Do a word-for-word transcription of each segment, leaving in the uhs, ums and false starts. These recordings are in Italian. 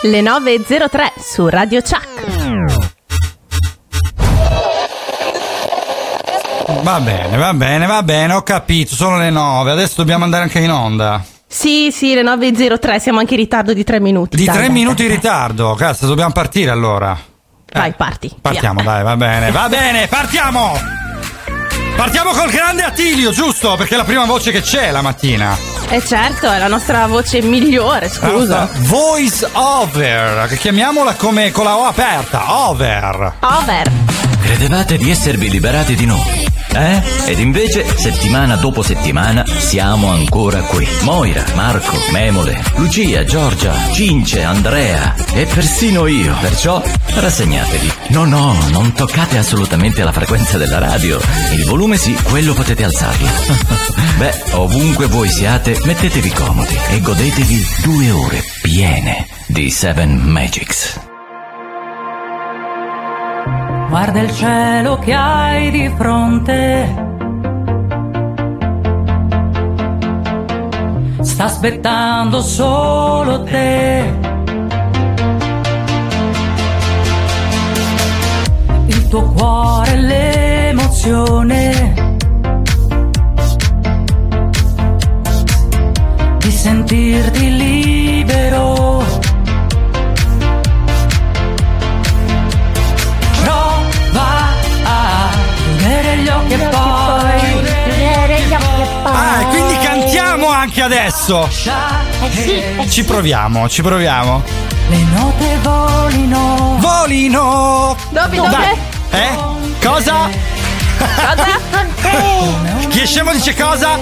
Le nove e zero tre su Radio Chuck. Va bene, va bene, va bene, ho capito, sono le nove, adesso dobbiamo andare anche in onda. Sì, sì, le nove e zero tre, siamo anche in ritardo di tre minuti. Di dai, tre dai, minuti dai, in ritardo, cazzo, dobbiamo partire allora. Vai, eh, parti. Partiamo, via. dai, va bene, va bene, partiamo! Partiamo col grande Attilio, giusto? Perché è la prima voce che c'è la mattina. Eh certo, è la nostra voce migliore, scusa. Voice over, che chiamiamola come con la O aperta, over. Over. Credevate di esservi liberati di noi, eh? Ed invece, settimana dopo settimana, siamo ancora qui. Moira, Marco, Memole, Lucia, Giorgia, Cince, Andrea e persino io. Perciò rassegnatevi. No, no, non toccate assolutamente la frequenza della radio. Il volume sì, quello potete alzarlo. Beh, ovunque voi siate, mettetevi comodi e godetevi due ore piene di Seven Magics. Guarda il cielo che hai di fronte, sta aspettando solo te. Il tuo cuore, l'emozione di sentirti libero. Gli occhi e poi chiudere gli occhi e poi. Ah, quindi cantiamo anche adesso. Eh sì, eh Ci sì. proviamo, ci proviamo. le note volino. Volino. Dove, Dai. dove? Eh? Cosa? Cosa? Chi è scemo dice cosa?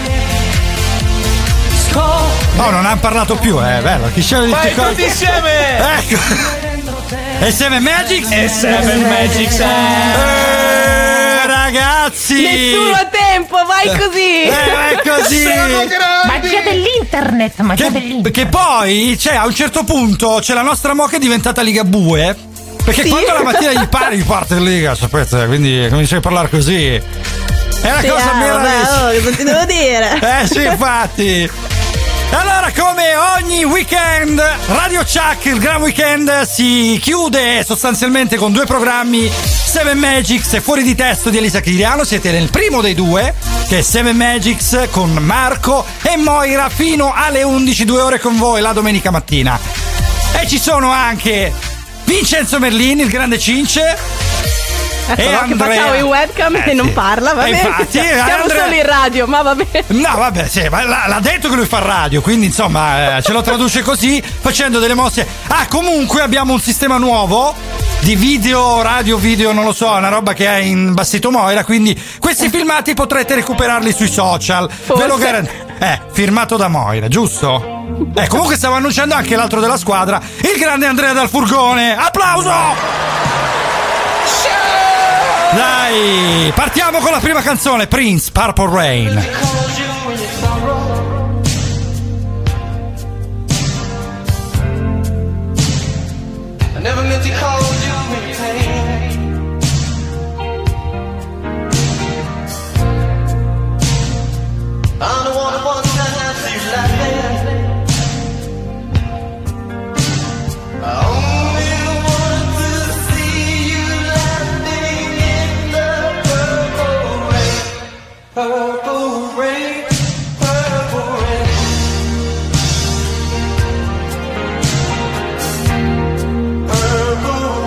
Oh, non hanno parlato più, è eh, bello. Chi scemo dice Vai cosa? tutti insieme! Ecco. E Seven Magics? E Seven Magics. Eh, ragazzi! Nessuno ha tempo, vai così! Eh, è così! Magia dell'internet, magia Che, dell'internet. che poi, cioè, a un certo punto c'è la nostra Mo che è diventata Ligabue. Perché Sì. quando la mattina gli pare gli parte in Liga, sapete, quindi comincia a parlare così. È una Sì, cosa ah, meravigliosa. vabbè, oh, cosa ti devo dire? Eh sì, infatti. Allora, come ogni weekend, Radio Chuck, il gran weekend, si chiude sostanzialmente con due programmi, Seven Magics e Fuori di Testo di Elisa Chiriano. Siete nel primo dei due, che è Seven Magics con Marco e Moira, fino alle undici, due ore con voi la domenica mattina. E ci sono anche Vincenzo Merlini, il grande Cince. Ecco, E no, che Andrea. facciamo in webcam Eh, e non sì. parla, va Eh, bene? infatti, Siamo Andrea- solo in radio, ma va bene. No, vabbè, sì, ma l'ha, l'ha detto che lui fa radio, quindi insomma eh, ce lo traduce così, facendo delle mosse. Ah, comunque abbiamo un sistema nuovo di video, radio, video, non lo so, una roba che è in Bassito Moira, quindi questi filmati potrete recuperarli sui social. Forse. Ve lo garantisco. Eh, firmato da Moira, giusto? Eh, comunque stavo annunciando anche l'altro della squadra, il grande Andrea dal Furgone. Applauso! Dai, partiamo con la prima canzone, Prince, Purple Rain. I never meant to cause you any pain. I'm the one who wants to see you laughing. I only want to see you laughing in the purple rain. Purple rain, purple rain. Purple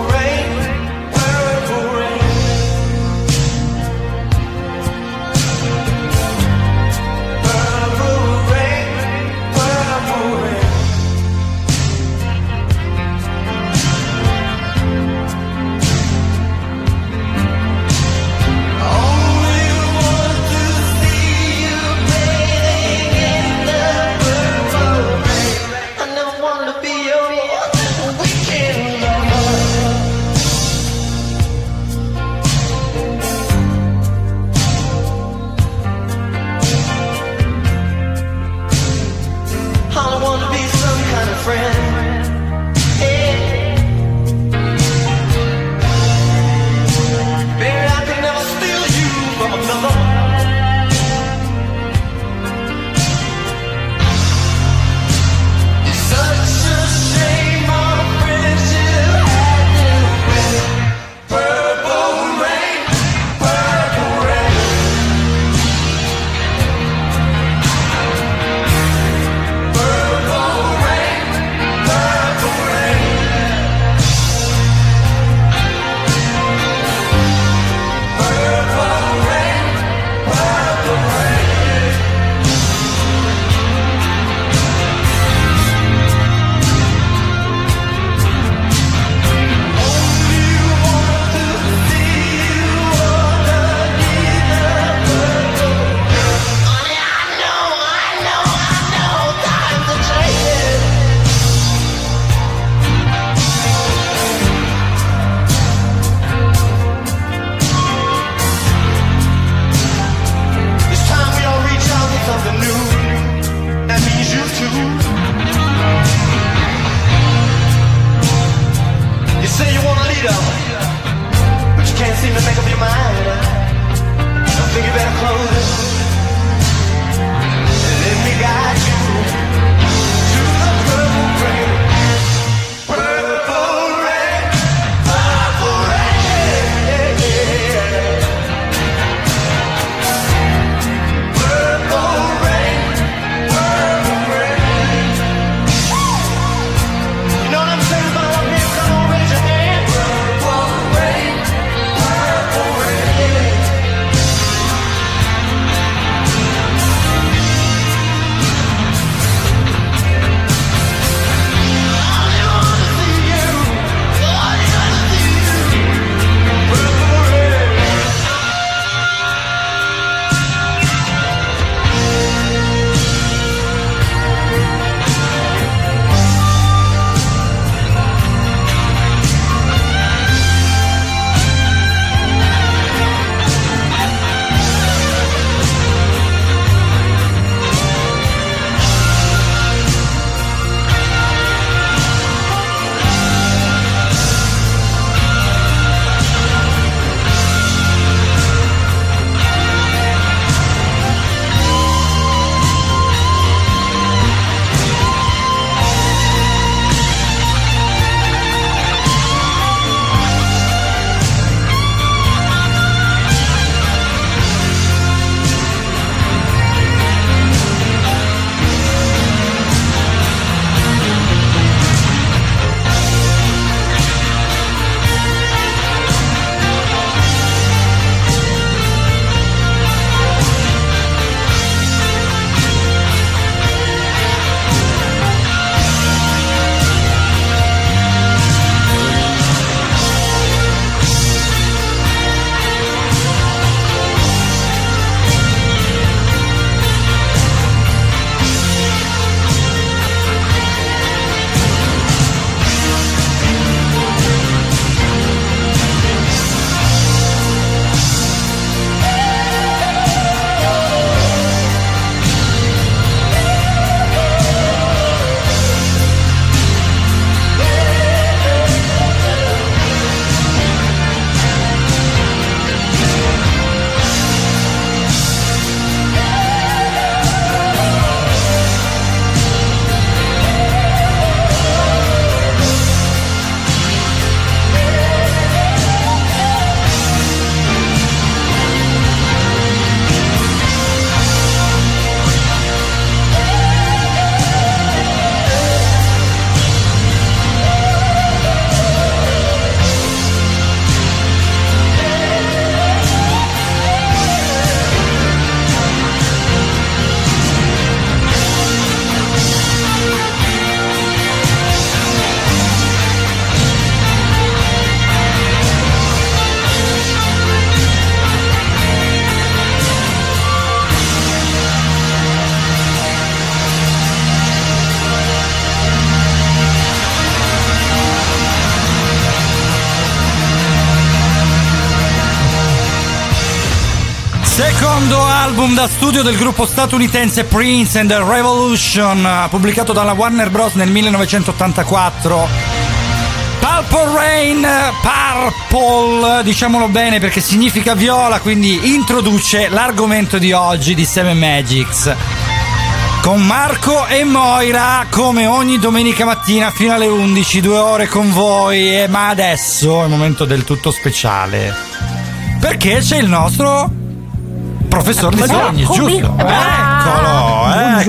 secondo album da studio del gruppo statunitense Prince and the Revolution, pubblicato dalla Warner Bros. Nel millenovecentottantaquattro. Purple Rain, Purple, diciamolo bene perché significa viola, quindi introduce l'argomento di oggi di Seven Magics. Con Marco e Moira, come ogni domenica mattina fino alle undici, due ore con voi. Eh, ma adesso è un momento del tutto speciale, perché c'è il nostro professor di sogni, giusto? Eccolo,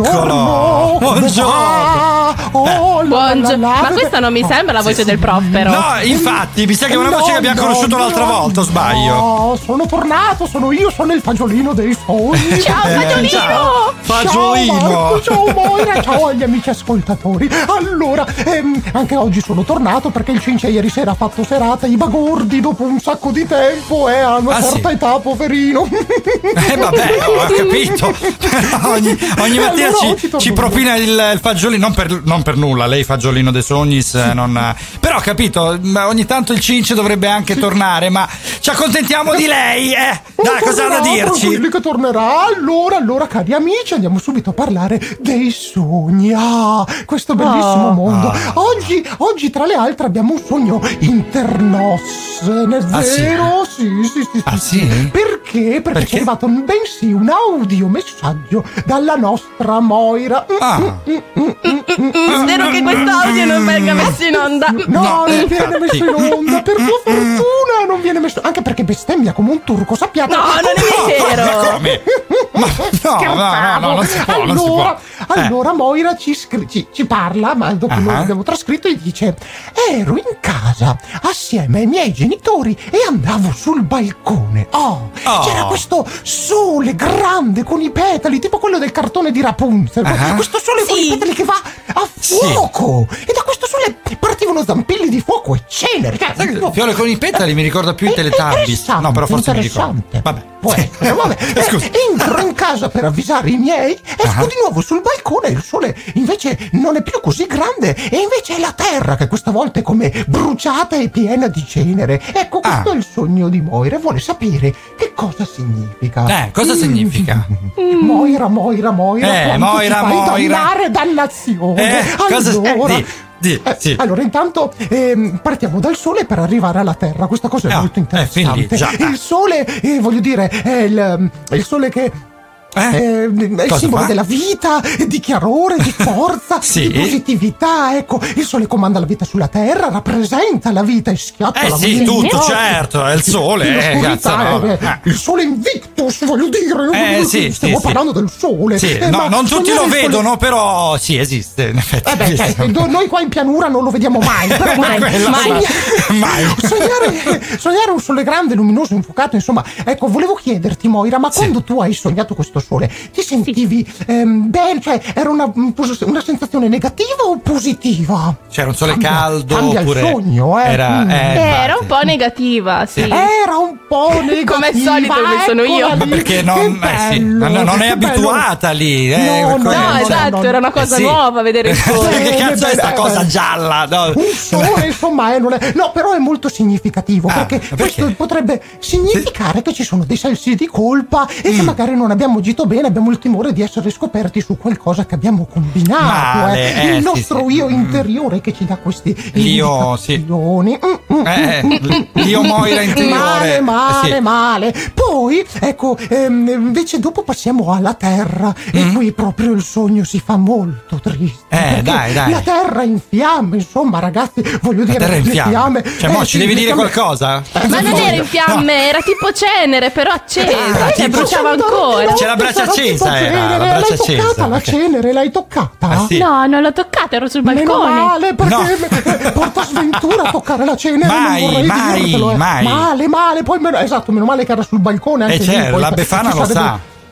eccolo. Buongiorno. Oh, Buongiorno. Ma questa non mi sembra la voce del prof, però. No, infatti, mi sa che è una voce che abbiamo conosciuto l'altra volta, o sbaglio? No, sono tornato, sono io, sono il fagiolino dei sogni. Ciao, fagiolino! Ciao, fagiolino! Ciao, Marco, ciao Moira, ciao agli amici ascoltatori. Allora, ehm, anche oggi sono tornato perché il Cince ieri sera ha fatto serata, i bagordi dopo un sacco di tempo, eh, hanno una ah, certa sì? età, poverino. Eh vabbè, ho capito. ogni, ogni mattina allora, ci, ci propina il, il fagiolino, non per, non per nulla, lei fagiolino dei sogni, sì. non, però ho capito, ogni tanto il Cince dovrebbe anche sì. tornare, ma ci accontentiamo di lei, eh. Dai, cosa ha da dirci? Che tornerà. Allora, allora, cari amici, andiamo subito a parlare dei sogni. Ah, questo bellissimo oh. mondo. Ah. Oggi, oggi, tra le altre, abbiamo un sogno internos. Non è ah, vero? Sì, sì, sì. sì, ah, sì. sì? Perché? Perché, Perché ci è arrivato un, bensì un audio messaggio dalla nostra Moira. Ah. Mm, mm, mm, mm, mm, Spero che questo audio non venga messo in onda. No, no non viene messo in onda. Per tua fortuna non viene messo. Anche perché bestemmia come un turco, sappiate. No, non è vero. Ma come? Ma no, no, no, no, non si può, allora, non si può. allora eh. Moira ci, scri- ci, ci parla, ma dopo uh-huh. noi abbiamo trascritto e dice: ero in casa assieme ai miei genitori e andavo sul balcone. Oh, oh. C'era questo sole grande con i petali, tipo quello del cartone di Rapunzel. Uh-huh. Questo sole sì. con i petali che va a fuoco. Sì. E da questo sole partivano zampilli di fuoco e cenere. Cioè, sai che fiore con i petali mi ricorda più i Teletubbies. No, però forse mi ricordo. Vabbè. Sì. Eh, vabbè. Eh, entro in casa per avvisare i miei, esco uh-huh. di nuovo sul balcone e il sole invece non è più così grande e invece è la terra che questa volta è come bruciata e piena di cenere. Ecco, questo ah. è il sogno di Moira, vuole sapere che cosa significa. Eh, cosa mm. significa? Moira, Moira, Moira, eh, Moira, ti fai Moira. dannare dannazione. Eh, cosa allora, eh, di, eh, sì. allora intanto ehm, partiamo dal sole per arrivare alla terra. Questa cosa è no, molto interessante. Lì, il sole, eh, voglio dire, è il, il sole che Eh? Eh, è il simbolo fa? della vita, di chiarore, di forza, sì. di positività. Ecco, il sole comanda la vita sulla terra, rappresenta la vita e schiatta eh la sì, vita. tutto, certo, è il sole. Eh, cazzo, no. eh, il sole Invictus, voglio dire. Eh, sì, stiamo sì, parlando sì. del sole. Sì, eh, no, non tutti lo vedono, sole... però sì, esiste. In effetti. Eh beh, cioè, noi qua in pianura non lo vediamo mai. Però mai, Quella, mai. mai. Sognare, sognare un sole grande, luminoso, infuocato, insomma. Ecco, volevo chiederti, Moira, ma sì. quando tu hai sognato questo sole, ti senti sentivi ehm, bene, cioè era una, una sensazione negativa o positiva? C'era un sole cambia, caldo cambia oppure il sogno, eh? Era, mm. eh, era un po' negativa, sì. Era un po' negativa. Come al solito che sono io. Ma perché non, eh, sì, non, non è abituata bello. lì. Eh, no, no, no, esatto, no, no. era una cosa eh, sì. nuova vedere il sole. Che cazzo è sta cosa gialla? No. Un sole, insomma, eh, non è... no, però è molto significativo, ah, perché, perché questo potrebbe significare sì. che ci sono dei sensi di colpa e mm. che magari non abbiamo agito bene, abbiamo il timore di essere scoperti su qualcosa che abbiamo combinato. Male, eh. eh, il sì, nostro sì. io interiore che ci dà questi io, sì. mm, mm, eh, mm, l'io Moira interiore. Male, male, eh, sì. male. Poi, ecco, ehm, invece dopo passiamo alla terra mm. e qui proprio il sogno si fa molto triste. Eh, dai, dai. La terra in fiamme, insomma, ragazzi, voglio la dire, terra in le fiamme. fiamme. Cioè, mo eh, ci sì, devi dire fiamme... qualcosa? Eh, ma non era in fiamme, no. era tipo cenere, però accesa. Ah, cioè, bruciava ancora. C'è la braccia accesa, era la braccia accesa. L'hai toccata la okay. cenere, l'hai toccata? Ah, sì. No, non l'ho toccata, ero sul balcone. Meno male, perché no. porta sventura toccare la cenere. Mai, non vorrei mai, dirtelo, eh. mai. Male, male, poi meno, esatto, meno male che era sul balcone. Anche eh certo, lì, la Befana lo sa.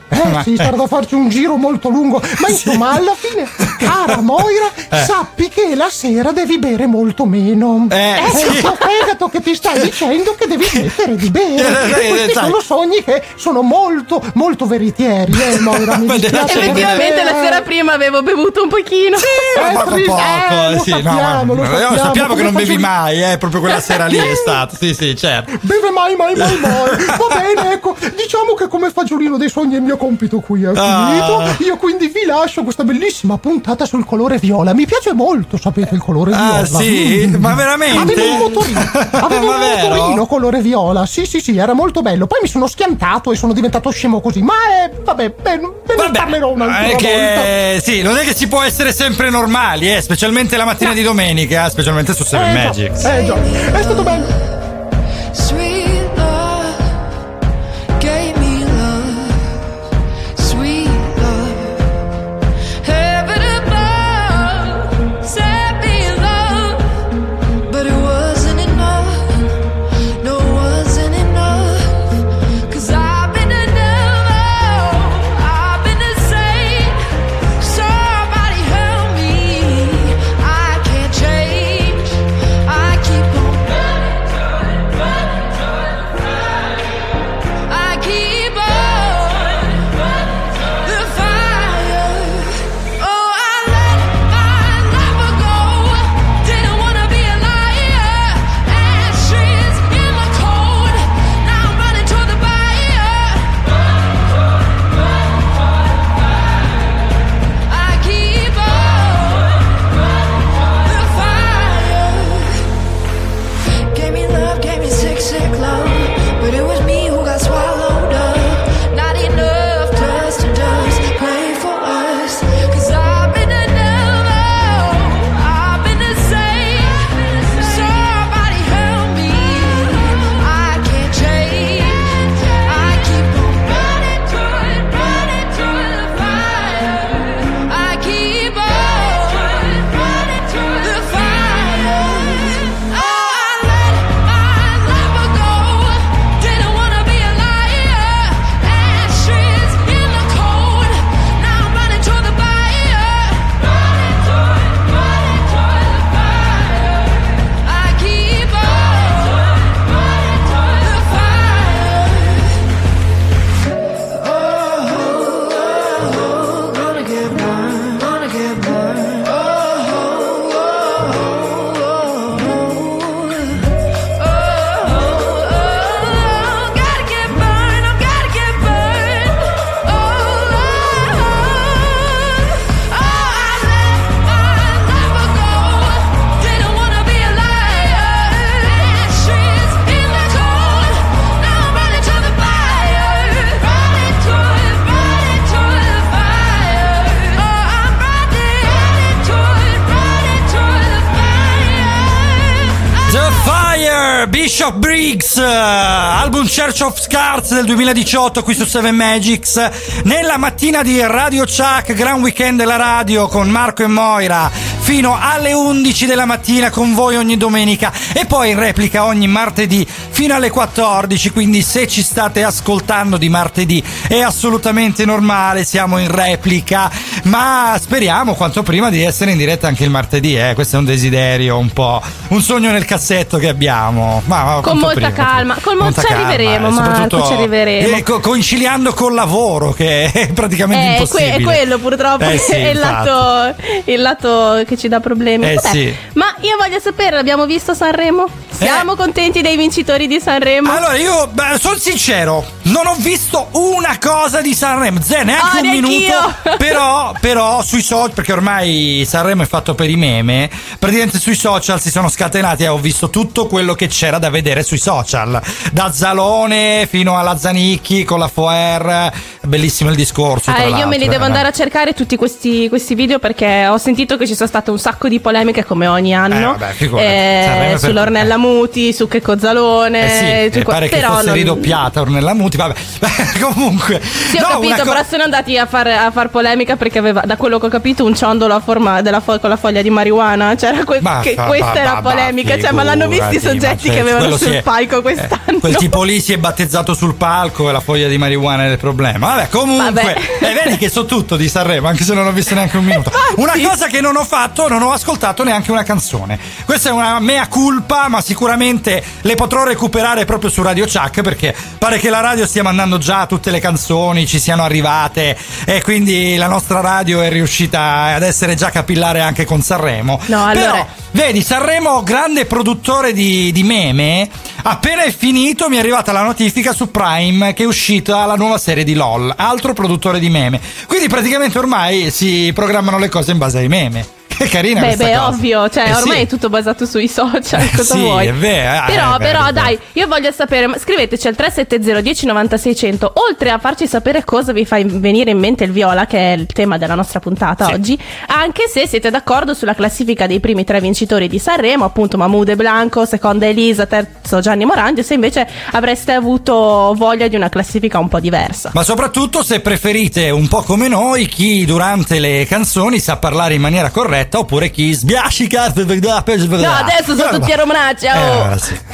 Eh Ma- sì, sarà da farci un giro molto lungo. Ma insomma, alla fine, cara Moira, Eh. sappi che la sera devi bere molto meno. Eh, È sì. il tuo fegato che ti sta dicendo che devi smettere di bere. Eh, E questi sai. sono sogni che sono molto, molto veritieri, eh, Moira, mi Ma deve dispiace. essere- Effettivamente Eh, la sera prima avevo bevuto un pochino. eh, Ma poco sì, poco, eh, lo sì, no, sappiamo, ma- lo noi sappiamo, sappiamo che come non bevi faccio- mai, eh, proprio quella sera lì è stato. Sì, sì, certo. Beve mai, mai, mai, mai. Va bene, ecco, diciamo che come fagiolino dei sogni il mio compito qui è Ah. finito. Io quindi vi lascio questa bellissima puntata sul colore viola. Mi piace molto, sapete, il colore viola. Ah, sì? Mm. Ma veramente? Avevo un motorino, avevo Ma un vero? motorino colore viola. Sì, sì, sì, era molto bello. Poi mi sono schiantato e sono diventato scemo così. Ma è, vabbè, beh, ve ne parlerò un'altra è volta. che sì, non è che si può essere sempre normali, eh, specialmente la mattina di domenica, specialmente su Seven Eh, già, Magics. eh già, è stato bello. Sweet love gave me love, sweet love, heaven above set me in love, but it wasn't enough, no, it wasn't enough, 'cause I've been a devil, I've been a saint, somebody help me, I can't change, I keep on I keep on the fire. Oh, I let my lover go. Didn't wanna be a liar. Ashes in the cold. Now I'm running toward the fire. I keep on the fire. Gave me love, gave me sick, sick love. But it was me who got swallowed up. Not enough dust to dust. Pray for us. 'Cause I've been a devil. I've been a saint. Somebody help me. I can't change. I keep on running through it, running through the fire. I keep on running through the fire. Oh, I let my lover go. Didn't wanna be a liar. Ashes in the cold. Now I'm running toward the fire. Running toward, running toward the fire. I keep on running toward the fire. Oh, oh, oh, gonna get burned, gonna get burned. Oh, oh, oh, oh, oh, oh, gotta get burned, I'm gotta get burned. Oh, oh, oh, I let my lover go. Didn't wanna be a liar. Ashes in the cold. Now I'm running to the fire. Running to it, running to the fire. Oh, I'm running, running to it, running to the fire. The Fire, Bishop Briggs, eh, album Church of Scars del duemiladiciotto qui su Seven Magics. Nella mattina di Radio Chuck, gran weekend della radio con Marco e Moira fino alle undici della mattina con voi ogni domenica e poi in replica ogni martedì fino alle quattordici, quindi se ci state ascoltando di martedì è assolutamente normale, siamo in replica, ma speriamo quanto prima di essere in diretta anche il martedì, eh. Questo è un desiderio, un po' un sogno nel cassetto che abbiamo. Ma, ma Con quanto molta prima, calma, con molta ci calma, arriveremo, eh, Marco, soprattutto, ci arriveremo. eh, co- conciliando col lavoro che è praticamente Eh, que- impossibile. è quello purtroppo Eh, sì, è il infatti. lato, il lato che ci dà problemi. Eh, Vabbè, sì. ma io voglio sapere, l'abbiamo visto Sanremo? Siamo Eh. contenti dei vincitori di Sanremo? Allora io sono sincero, non ho visto una cosa di Sanremo, zè, neanche Oh, un neanch'io. minuto. Però, però sui social, perché ormai Sanremo è fatto per i meme, praticamente sui social si sono scatenati e ho visto tutto quello che c'era da vedere sui social, da Zalone fino alla Zanicchi con la Foer, bellissimo il discorso. tra Eh, io l'altro, me li devo eh. andare a cercare tutti questi, questi video perché ho sentito che ci sono state un sacco di polemiche come ogni anno quest'anno. Eh, vabbè, figurati. Eh, Sanremo per- sull'Ornella Muti, su Che Cozzalone. Eh sì, su- pare che però fosse non- ridoppiata Ornella Muti, vabbè. Comunque. Sì, ho no, capito, una co- però sono andati a far, a far polemica perché aveva, da quello che ho capito, un ciondolo a forma della fo- con la foglia di marijuana. C'era que- Ma che fa- questa fa- era fa- polemica, cioè, ma l'hanno visti i figurati, soggetti ma che certo, avevano quello sul si è- palco quest'anno. eh, quel tipo lì si è battezzato sul palco e la foglia di marijuana è il problema. Vabbè, comunque, Vabbè. eh, vedi che so tutto di Sanremo, anche se non ho visto neanche un minuto. Una cosa che non ho fatto, non ho ascoltato neanche una canzone. Questa è una mea culpa, ma sicuramente le potrò recuperare proprio su Radio Chuck, perché pare che la radio stia mandando già tutte le canzoni, ci siano arrivate, e quindi la nostra radio è riuscita ad essere già capillare anche con Sanremo. No, allora- Però, vedi, Sanremo, grande produttore di, di meme, appena è finito mi è arrivata la notifica su Prime che è uscita la nuova serie di LOL, altro produttore di meme. Quindi praticamente ormai si programmano le cose in base ai meme. Che carina Beh, questa beh, cosa. ovvio, cioè Eh ormai sì. è tutto basato sui social, cosa sì, vuoi? è vero, eh, Però, è vero, però è vero. dai, io voglio sapere, ma scriveteci al tre sette zero uno zero nove sei zero zero, oltre a farci sapere cosa vi fa venire in mente il viola, che è il tema della nostra puntata Sì. oggi, anche se siete d'accordo sulla classifica dei primi tre vincitori di Sanremo, appunto Mahmood e Blanco, seconda Elisa, terzo Gianni Morandi, o se invece avreste avuto voglia di una classifica un po' diversa. Ma soprattutto se preferite, un po' come noi, chi durante le canzoni sa parlare in maniera corretta oppure chi sbiascica. No, adesso sono tutti a romanacci, oh. Eh, sì.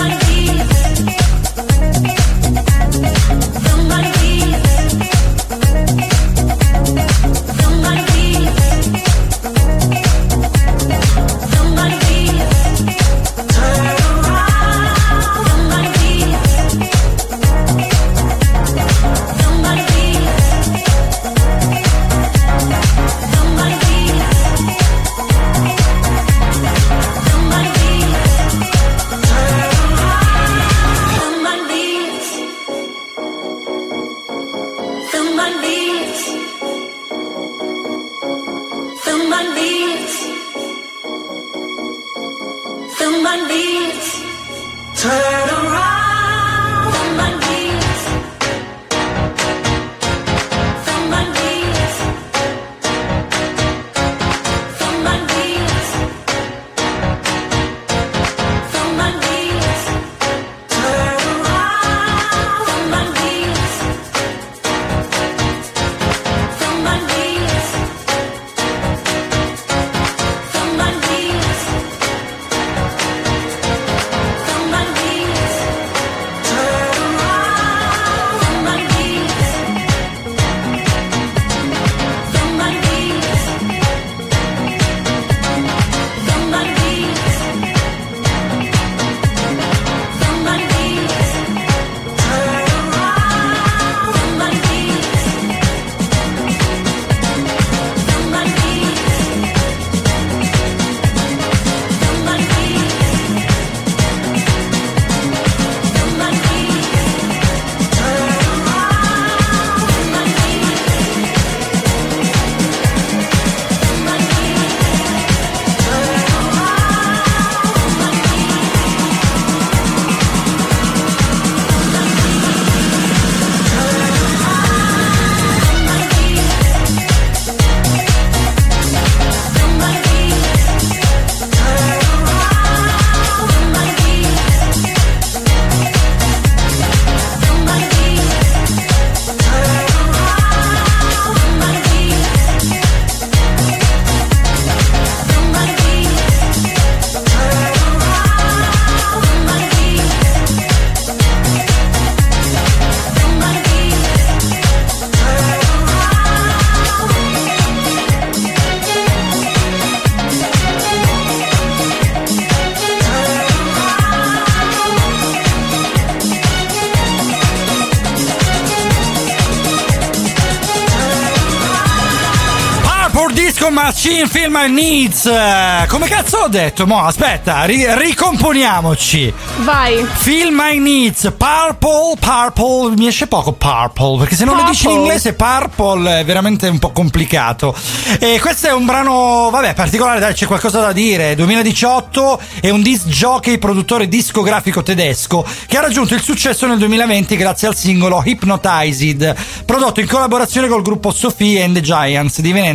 Disco Machine Feel My Needs. Come cazzo ho detto? Mo, aspetta, ri- ricomponiamoci. Vai. Feel My Needs. Purple, purple. Mi esce poco purple, perché se non Purple. lo dici in inglese purple è veramente un po' complicato. E questo è un brano, vabbè, particolare, dai, c'è qualcosa da dire. duemiladiciotto è un disc jockey, produttore discografico tedesco che ha raggiunto il successo nel duemilaventi grazie al singolo Hypnotized, prodotto in collaborazione col gruppo Sophie and the Giants, divenendo uno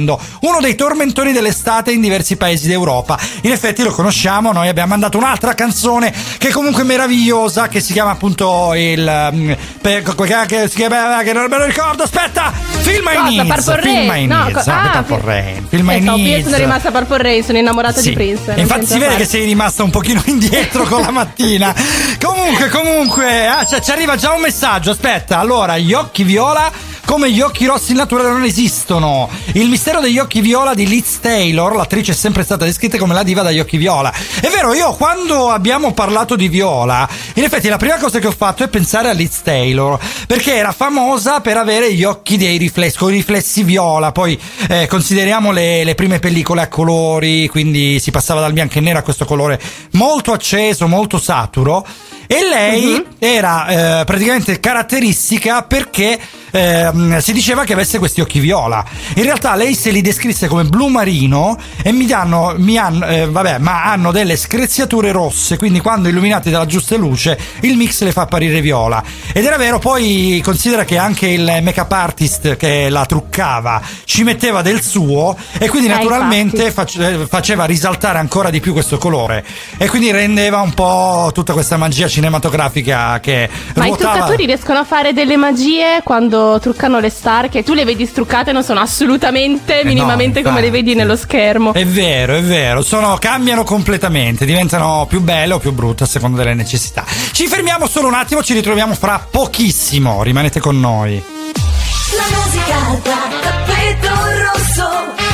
uno dei tormentori dell'estate in diversi paesi d'Europa. In effetti lo conosciamo, noi abbiamo mandato un'altra canzone che è comunque meravigliosa, che si chiama appunto il che si chiama, che non me lo ricordo, aspetta, Feel My Needs, Feel My Needs, no, ah, Purple Rain, Feel My Needs. Io sono rimasta Purple Rain, sono innamorata sì. di Prince. Infatti si vede che sei rimasta un pochino indietro con la mattina. Comunque, comunque, ah, cioè, ci arriva già un messaggio, aspetta, allora, gli occhi viola come gli occhi rossi in natura non esistono. Il mistero degli occhi viola di Liz Taylor, l'attrice è sempre stata descritta come la diva dagli occhi viola. È vero, io quando abbiamo parlato di Viola, in effetti la prima cosa che ho fatto è pensare a Liz Taylor, perché era famosa per avere gli occhi dei riflessi, con i riflessi viola. Poi eh, consideriamo le, le prime pellicole a colori, quindi si passava dal bianco e nero a questo colore molto acceso, molto saturo. E lei uh-huh. era eh, praticamente caratteristica perché eh, si diceva che avesse questi occhi viola. In realtà lei se li descrisse come blu marino e mi danno, mi hanno, eh, vabbè, ma hanno delle screziature rosse, quindi quando illuminati dalla giusta luce il mix le fa apparire viola. Ed era vero, poi considera che anche il make-up artist che la truccava ci metteva del suo e quindi eh, naturalmente face, faceva risaltare ancora di più questo colore e quindi rendeva un po' tutta questa magia cinematografica che ma ruotava. I truccatori riescono a fare delle magie quando truccano le star che tu le vedi struccate, non sono assolutamente eh minimamente no, come le vedi nello schermo. È vero, è vero, sono, cambiano completamente, diventano più belle o più brutte a seconda delle necessità. Ci fermiamo solo un attimo, ci ritroviamo fra pochissimo, rimanete con noi. La musica da tappeto rosso,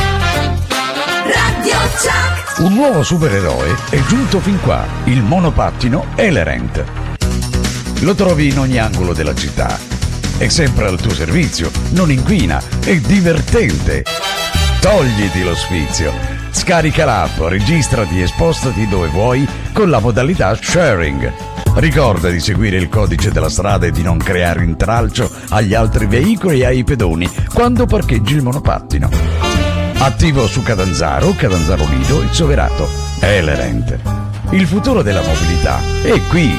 Radio Chuck. Un nuovo supereroe è giunto fin qua, il monopattino Elerent. Lo trovi in ogni angolo della città. È sempre al tuo servizio, non inquina, è divertente. Togliti lo sfizio. Scarica l'app, registrati e spostati dove vuoi con la modalità sharing. Ricorda di seguire il codice della strada e di non creare intralcio agli altri veicoli e ai pedoni quando parcheggi il monopattino. Attivo su Catanzaro, Catanzaro Lido e Soverato. Elerent. Il futuro della mobilità è qui.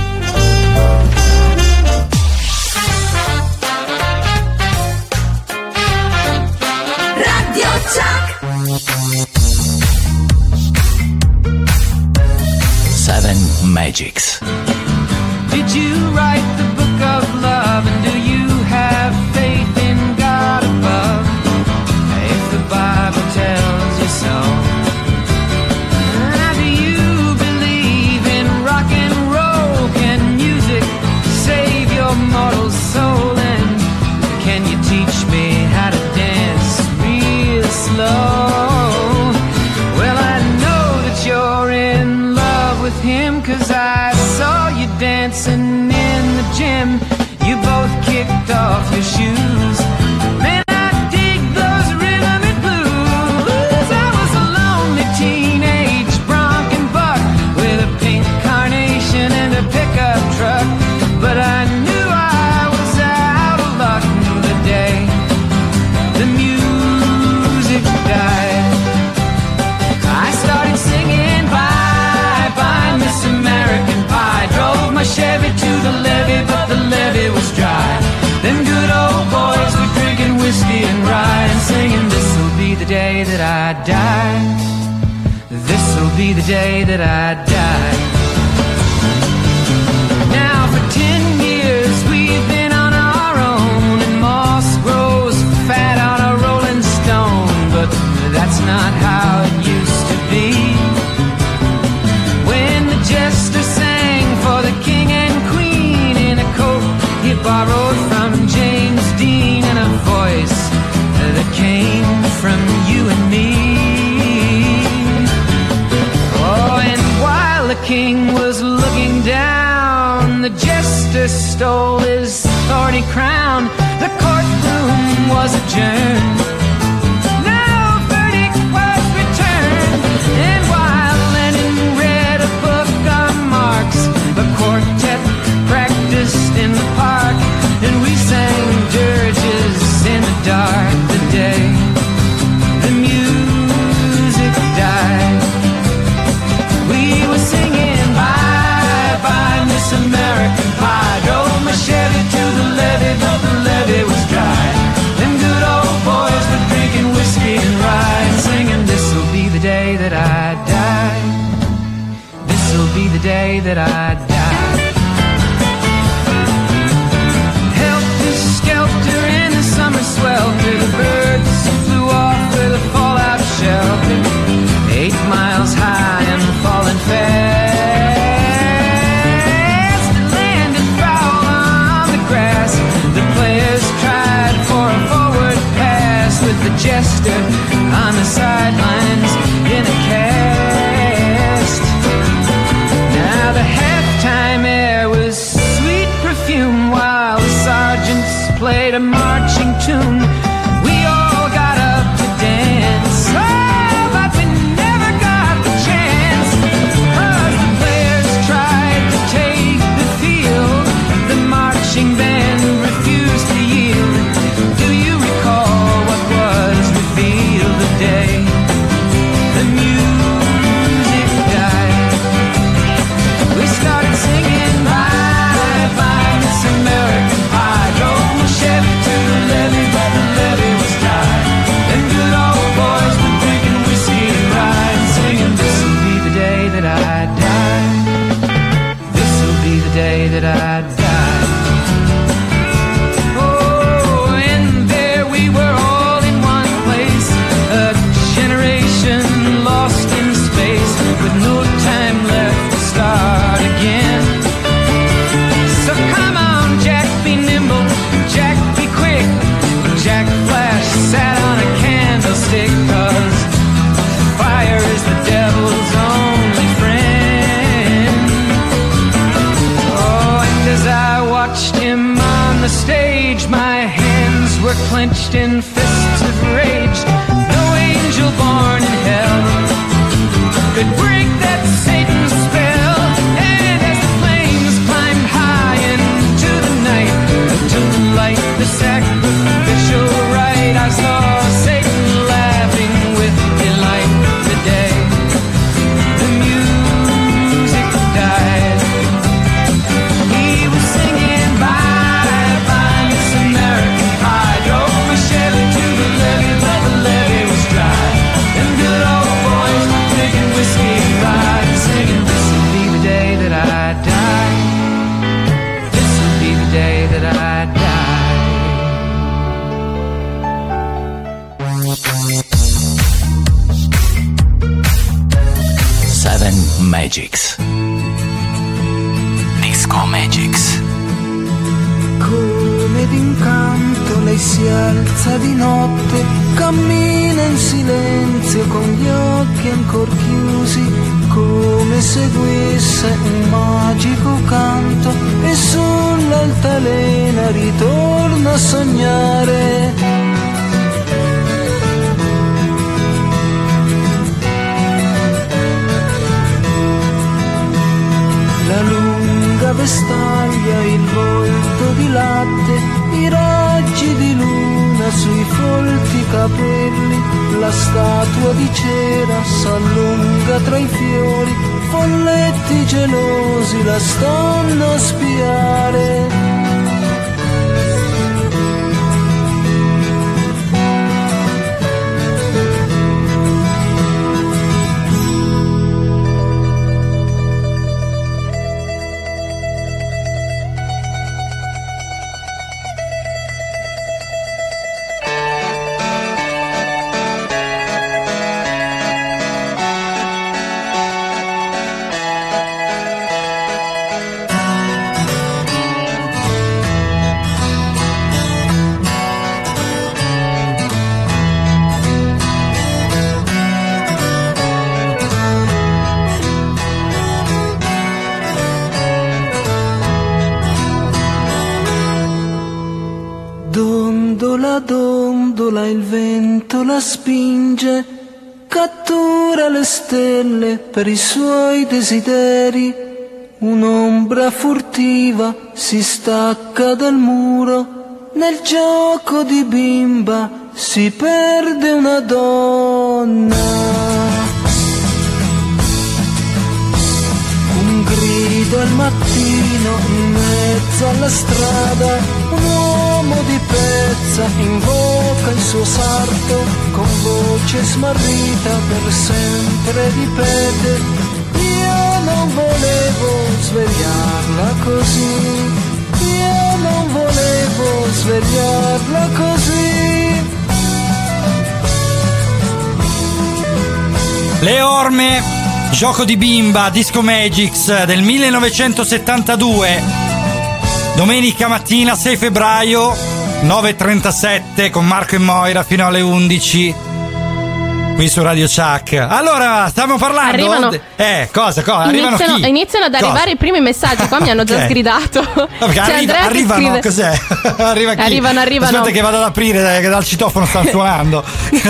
Radio Chuck. Seven Magics. Did you write the book of love and do you have faith in God above? If the Bible tells you so. Now do you believe in rock and roll? Can music save your mortal soul? And can you teach me how to dance real slow? Well, I know that you're in love with him, 'cause I saw you dancing in the gym. You both kicked off your shoes. Man, I dig those rhythm and blues. I was a lonely teenage bronc and buck with a pink carnation and a pickup truck. But I knew I was out of luck the day the music died. I started singing bye bye Miss American Pie. Drove my Chevy to the levee, but the levee was dry. Them good old boys were drinking whiskey and rye and singing, this'll be the day that I die. This'll be the day that I die. Now for ten years we've been on our own, and moss grows fat on a rolling stone. But that's not how it used to be. When the jester sang for the king and queen in a coat he borrowed from James Dean, and a voice that came from you and me. Oh, and while the king was looking down, the jester stole his thorny crown. The courtroom was adjourned. No verdict was returned. And while Lenin read a book on Marx, the quartet practiced in the park, and we sang dirges in the dark the day the music died. We were singing bye bye Miss American Pie. Drove my Chevy to the levee, but the levee was dry. Them good old boys were drinking whiskey and rye and singing, day that I die. Helter skelter in the summer swelter, the birds flew off with a fallout shelter, eight miles high and falling fast. It landed foul on the grass. The players tried for a forward pass with the jester on the sidelines in a cast. Now the halftime air was sweet perfume while the sergeants played a marching tune. We all got up to dance, oh, but we never got the chance, 'cause the players tried to take the field. The marching band refused to yield. Do you recall what was revealed the day the music died? We started singing bye bye Miss American Pie. Drove my Chevy to the levee, but the levee was dry. Them good old boys were drinking whiskey and rye and singing, this'll be the day that I die. This'll be the day that I die. Oh, and there we were all in one place, a generation lost in space with no time left to start again. So come on, Jack, be nimble, Jack, be quick. Jack Flash sat on a candlestick, 'cause fire is the devil's only friend. Oh, and as I watched him on the stage, my hands were clenched in fists of rage. No angel born in hell could break that Satan's spell. And as the flames climbed high into the night, to light the sacrificial rite, I saw Satan laughing with delight the day the music died. He was singing bye bye Miss American Pie. Drove my Chevy to the levee, but the levee was dry. Them good old boys were drinking whiskey and rye and singing, this'll be the day that I die. This'll be the day that I die. Seven Magics. Disco Magics. Come d'incanto lei si alza di notte, cammina in silenzio con gli occhi ancor chiusi, come seguisse un magico canto, e sull'altalena ritorna a sognare. La lunga vestaglia, il volto di latte, i raggi di luna sui folti capelli, la statua di cera s'allunga tra i fiori, folletti gelosi la stanno a spiare. Dondola, dondola, il vento la spinge, cattura le stelle per i suoi desideri. Un'ombra furtiva si stacca dal muro, nel gioco di bimba si perde una donna. Un grido al mattino in mezzo alla strada, un uomo di pezza invoca il suo sarto, con voce smarrita per sempre ripete: io non volevo svegliarla così, io non volevo svegliarla così. Le Orme, gioco di bimba, Disco Magics del millenovecentosettantadue, domenica mattina sei febbraio, nove e trentasette con Marco e Moira fino alle undici. Qui su Radio Chuck. Allora, stiamo parlando. Arrivano. Eh, cosa? cosa? Arrivano Iniziano, chi? iniziano ad Cosa? arrivare i primi messaggi. Qua mi hanno già Ok. sgridato. No, perché C'è arriva- Andrea che arrivano, scrive- cos'è? Arriva chi? Arrivano, arrivano. Aspetta che vado ad aprire, che dal citofono stanno suonando.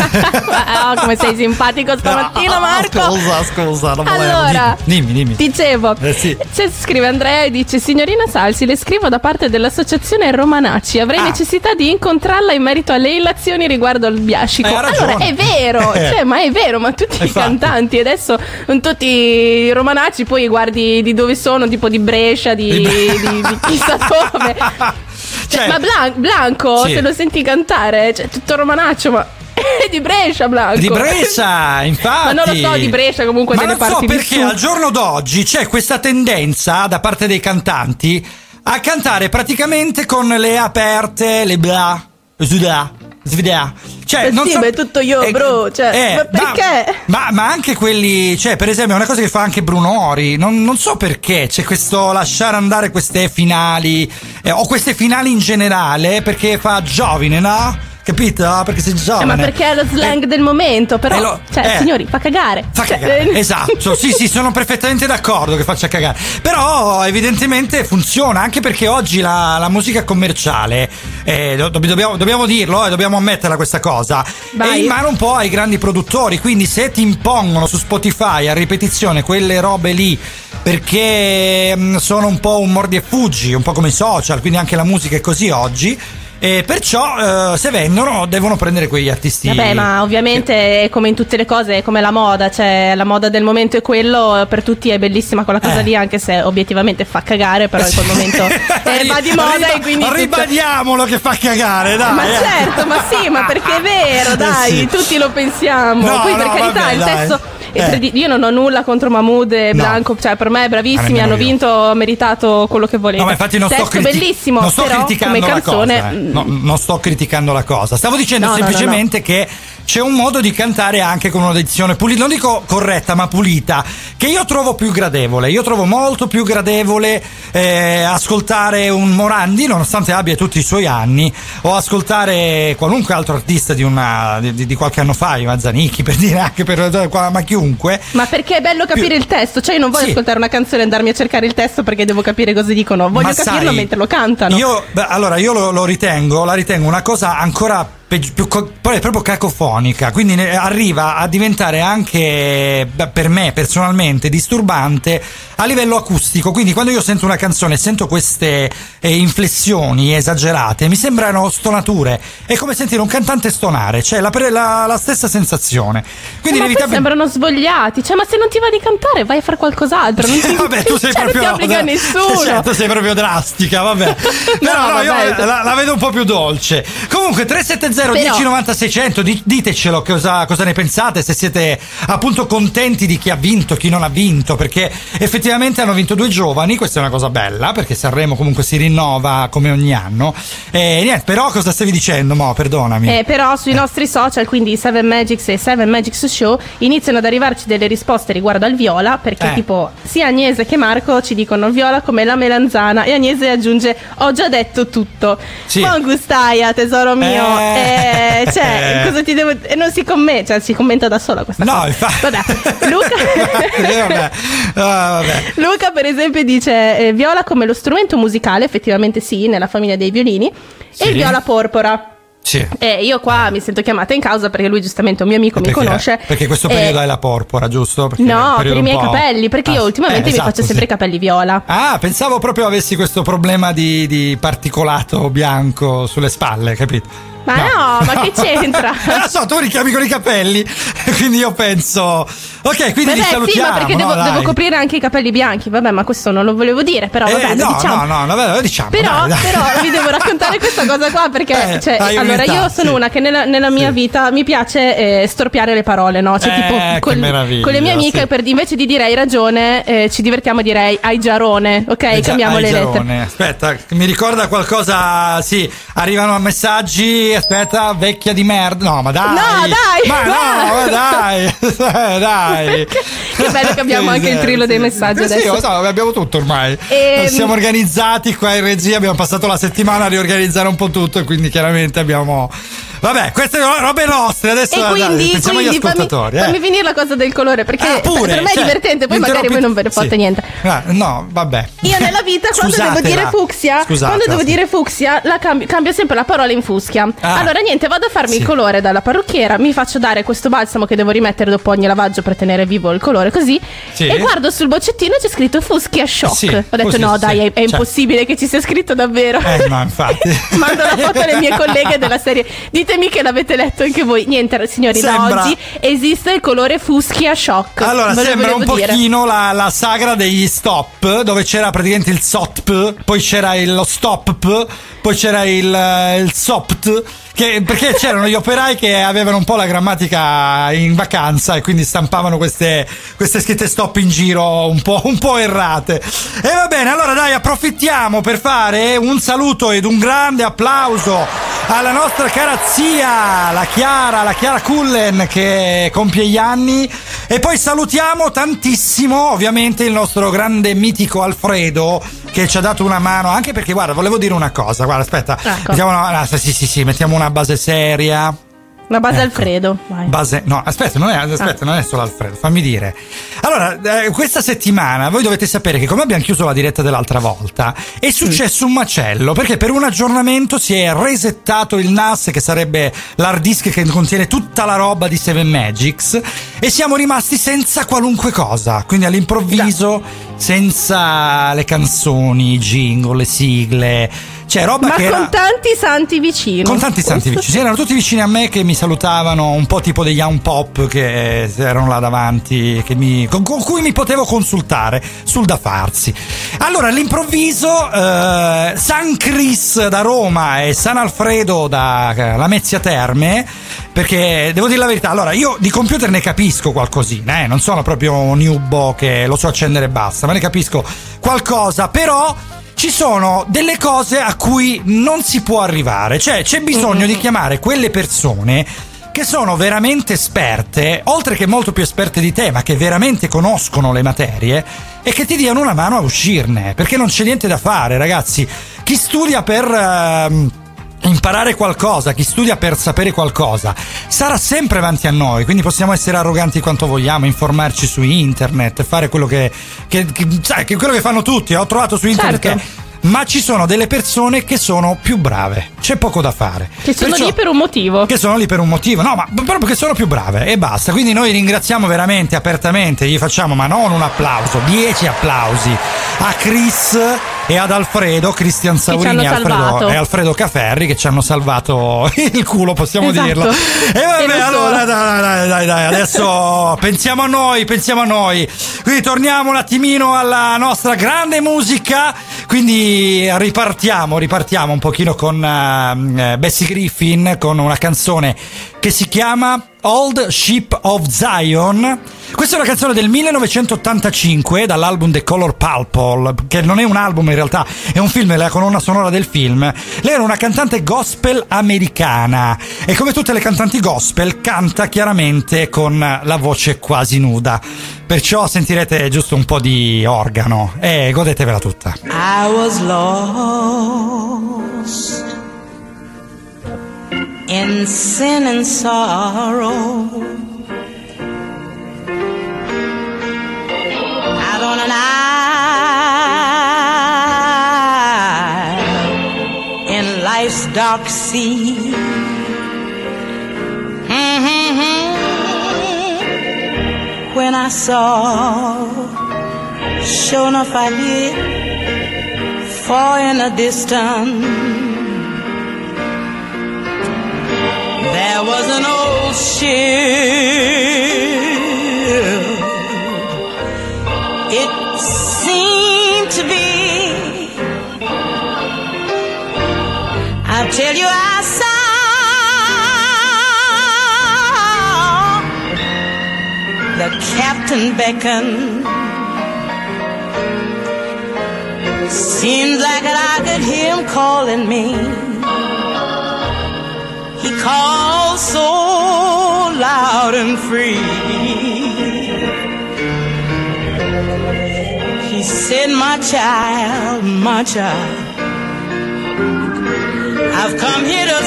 Oh, come sei simpatico stamattina, Marco. Scusa, scusa, non volevo. Allora, dimmi, dimmi. dicevo, Eh, sì. c'è- scrive Andrea e dice: signorina Salsi, le scrivo da parte dell'associazione Romanacci. Avrei Ah. necessità di incontrarla in merito alle illazioni riguardo al biascico. Eh, ha ragione. Allora, è vero, Eh. cioè, ma è vero, ma tutti i Infatti. cantanti adesso, tutti i Romanacci, poi guardi di dove sono, tipo di Brescia, di, Di- di- di chissà dove. Cioè, Cioè- ma Blan- Blanco, Sì. se lo senti cantare, cioè, tutto Romanaccio, ma è di Brescia, Blanco. Di Brescia, infatti. Ma non lo so, di Brescia comunque Ma delle non so parti perché vissute. al giorno d'oggi c'è questa tendenza da parte dei cantanti a cantare praticamente con le aperte, le bla, sudà, svida. Cioè, Eh non sì, so, ma è tutto io, eh, bro, cioè, eh, ma perché? Ma, ma anche quelli, cioè, per esempio, è una cosa che fa anche Bruno Ori. Non, non so perché c'è questo lasciare andare queste finali, eh, o queste finali in generale, perché fa giovine, no? Capito? Perché sei Eh, giovane. ma perché è lo slang del momento, però, Eh, lo- cioè, eh. signori, fa cagare. Fa Cioè, cagare, eh, esatto, sì sì, sono perfettamente d'accordo che faccia cagare. Però evidentemente funziona, anche perché oggi la, la musica commerciale, eh, do- dobbiamo, dobbiamo dirlo, e dobbiamo ammetterla questa cosa, Vai. è in mano un po' ai grandi produttori. Quindi se ti impongono su Spotify a ripetizione quelle robe lì, perché mh, sono un po' un mordi e fuggi, un po' come i social, quindi anche la musica è così oggi. E perciò eh, se vendono devono prendere quegli artisti. Vabbè, ma ovviamente è come in tutte le cose, è come la moda, cioè la moda del momento è quello, per tutti è bellissima quella cosa Eh. lì, anche se obiettivamente fa cagare, però in quel momento eh, va di moda Riba- e quindi tutto- ribadiamolo che fa cagare, dai. Ma eh. certo, ma sì, ma perché è vero, Eh, dai, sì. tutti lo pensiamo. No, Poi per no, carità vabbè, il dai. testo è Eh. credi- io non ho nulla contro Mahmood e No. Blanco, cioè per me bravissimi, Ah, hanno nemmeno io. vinto, ha meritato quello che volete. No, ma infatti non sto, testo criti- bellissimo, non sto però criticando come la canzone cosa. eh. mm, No, non sto criticando la cosa. Stavo dicendo No, no, no, semplicemente che c'è un modo di cantare anche con un'edizione pulita, non dico corretta, ma pulita, che io trovo più gradevole. Io trovo molto più gradevole eh, ascoltare un Morandi, nonostante abbia tutti i suoi anni, o ascoltare qualunque altro artista di, una, di, di qualche anno fa, Ivan Zanicchi, per dire, anche per ma chiunque. Ma perché è bello capire il testo, cioè io non voglio Sì. ascoltare una canzone e andarmi a cercare il testo perché devo capire cosa dicono, voglio Ma capirlo sai, mentre lo cantano. Io, beh, allora, io lo, lo ritengo, la ritengo una cosa ancora peggi- più, co- poi è proprio cacofonica, quindi ne- arriva a diventare anche, beh, per me personalmente, disturbante a livello acustico. Quindi quando io sento una canzone e sento queste eh, inflessioni esagerate, mi sembrano stonature. È come sentire un cantante stonare, cioè la, pre- la- la stessa sensazione. Quindi Eh, ma poi inevitabil- sembrano svogliati, cioè ma se non ti va di cantare vai a fare qualcos'altro, non ti, Vabbè, tu sei cioè, proprio non ti obbliga nessuno. Cioè, tu sei proprio drastica, vabbè. Però no, vabbè. io la, la vedo un po' più dolce. Comunque tre sette zero Però- uno zero nove sei zero zero, di- ditecelo cosa, cosa ne pensate, se siete appunto contenti di chi ha vinto, chi non ha vinto, perché effettivamente hanno vinto due giovani, questa è una cosa bella, perché Sanremo comunque si rinnova come ogni anno. E niente, però cosa stavi dicendo, Mo? Perdonami. Eh, però sui nostri social, quindi Seven Magics e Seven Magics Show, iniziano ad arrivarci delle risposte riguardo al viola, perché Eh. tipo sia Agnese che Marco ci dicono viola come la melanzana e Agnese aggiunge ho già detto tutto. Sì. Buon gustaia, tesoro mio. Eh. Eh, cioè, cosa ti devo... E non si commenta, cioè si commenta da sola questa No, cosa. infatti. Vabbè, Luca... Eh, vabbè. Ah, vabbè. Luca per esempio dice eh, viola come lo strumento musicale, effettivamente sì, nella famiglia dei violini, Sì. e il viola porpora. Sì. E io qua mi sento chiamata in causa perché lui giustamente è un mio amico, mi Perché- conosce. Perché questo Eh, periodo è la porpora, giusto? Perché è un No, per periodo i un miei po'- capelli, perché io Ah, ultimamente eh, mi esatto, faccio sempre sì. i capelli viola. Ah, pensavo proprio avessi questo problema di, di particolato bianco sulle spalle, capito? Ma no, no ma che c'entra? Eh, lo so, tu richiami con i capelli, quindi io penso. Ok, quindi Vabbè, li salutiamo. Sì, ma perché no, devo, devo coprire anche i capelli bianchi. Vabbè, ma questo non lo volevo dire, però vabbè, eh, lo no, diciamo. no, no, no, lo diciamo. Però, dai, dai. però vi devo raccontare questa cosa qua perché Eh, cioè, allora io sono sì. una che nella, nella mia Sì. vita mi piace eh, storpiare le parole, no? Cioè, Eh, tipo che con, meraviglia, con le mie amiche sì. per, invece di dire hai ragione, eh, ci divertiamo a dire hai, hai giarone, ok? Eh, già- Cambiamo hai le giarone. lettere. Aspetta, mi ricorda qualcosa. Sì, arrivano messaggi. Aspetta, vecchia di merda. No, ma dai. No, dai, Ma no, ma dai. Eh, dai. Che bello che abbiamo anche il trillo dei messaggi Eh, sì, adesso. lo so, abbiamo tutto ormai. Ehm. Siamo organizzati qua in regia, abbiamo passato la settimana a riorganizzare un po' tutto e quindi chiaramente abbiamo. Vabbè, queste robe nostre, adesso E quindi, dai, pensiamo agli quindi fammi, ascoltatori. eh. fammi finire la cosa del colore perché Ah, pure, per me cioè, è divertente, poi mi magari interrompi- voi non ve ne fotte sì. niente. Ah, no, vabbè. Io nella vita quando devo Scusatela. dire fucsia, Scusatela, quando devo sì. dire fucsia, la cambio, cambio sempre la parola in fuschia. Ah. Allora niente, vado a farmi Sì. il colore dalla parrucchiera, mi faccio dare questo balsamo che devo rimettere dopo ogni lavaggio per tenere vivo il colore così. Sì. E guardo sul boccettino c'è scritto fuschia shock. Sì, Ho detto così, no, sì. dai, è, è Cioè. impossibile che ci sia scritto davvero. Eh, no, infatti. Mando la foto alle mie colleghe della serie. Ditemi che l'avete letto anche voi. Niente, signori, da Sembra- oggi esiste il colore fuschia shock. Allora, Ve lo sembra un volevo dire. pochino la, la sagra degli stop, dove c'era praticamente il sotp, poi c'era il- lo stop, poi c'era il, eh, il sopt. Che, perché c'erano gli operai che avevano un po' la grammatica in vacanza e quindi stampavano queste, queste scritte stop in giro un po', un po' errate. E va bene, allora dai, approfittiamo per fare un saluto ed un grande applauso alla nostra cara zia, la Chiara, la Chiara Cullen che compie gli anni. E poi salutiamo tantissimo ovviamente il nostro grande mitico Alfredo che ci ha dato una mano, anche perché guarda, volevo dire una cosa, guarda, aspetta, Ecco. mettiamo una, no, sì sì sì, mettiamo una base seria. La base Ecco. Alfredo. Vai. Base, no, aspetta, non è, aspetta, Ah. non è solo Alfredo, fammi dire. Allora, eh, questa settimana voi dovete sapere che come abbiamo chiuso la diretta dell'altra volta, è successo un macello, perché per un aggiornamento si è resettato il N A S, che sarebbe l'hard disk che contiene tutta la roba di Seven Magics, e siamo rimasti senza qualunque cosa, quindi all'improvviso, senza le canzoni, i jingle, le sigle, cioè roba Ma che con era... tanti santi vicini. Con tanti santi vicini, sì, erano tutti vicini a me che mi salutavano, un po' tipo degli Young Pop che eh, erano là davanti, che mi, con, con cui mi potevo consultare sul da farsi. Allora, all'improvviso, eh, San Chris da Roma e San Alfredo da eh, Lamezia Terme, perché devo dire la verità, allora io di computer ne capisco qualcosina, eh, non sono proprio un newbo che lo so accendere e basta, ma ne capisco qualcosa, però ci sono delle cose a cui non si può arrivare, cioè c'è bisogno di chiamare quelle persone che sono veramente esperte, oltre che molto più esperte di te, ma che veramente conoscono le materie e che ti diano una mano a uscirne, perché non c'è niente da fare, ragazzi. Chi studia per ehm, imparare qualcosa, chi studia per sapere qualcosa sarà sempre avanti a noi, quindi possiamo essere arroganti quanto vogliamo, informarci su internet, fare quello che, che, che sai, che quello che fanno tutti. Ho trovato su internet Certo. che ma ci sono delle persone che sono più brave, c'è poco da fare, Che sono Perciò- lì per un motivo. che sono lì per un motivo, no, ma proprio che sono più brave e basta. Quindi noi ringraziamo veramente apertamente, gli facciamo, ma non un applauso, dieci applausi a Chris e ad Alfredo, Cristian ci hanno Saurini e Alfredo, salvato. e Alfredo Caferri, che ci hanno salvato il culo, possiamo Esatto. dirlo. E E vabbè, non allora solo. dai, dai, dai, dai, adesso pensiamo a noi, pensiamo a noi. Quindi torniamo un attimino alla nostra grande musica. Quindi ripartiamo, ripartiamo un pochino con uh, Bessie Griffin, con una canzone che si chiama Old Ship of Zion. Questa è una canzone del millenovecentottantacinque dall'album The Color Purple, che non è un album in realtà, è un film, è la colonna sonora del film. Lei era una cantante gospel americana e come tutte le cantanti gospel canta chiaramente con la voce quasi nuda, perciò sentirete giusto un po' di organo e godetevela tutta. I was lost in sin and sorrow, out on an isle in life's dark sea. Mm-hmm. When I saw, sure enough I did, far in the distance, There was an old ship. It seemed to be. I tell you, I saw the captain beckon. Seems like I could hear him calling me. He called so loud and free. He said, my child, my child, I've come here to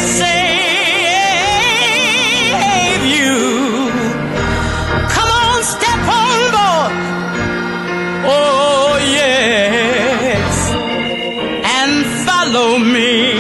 save you. Come on, step on board. Oh, yes. And follow me.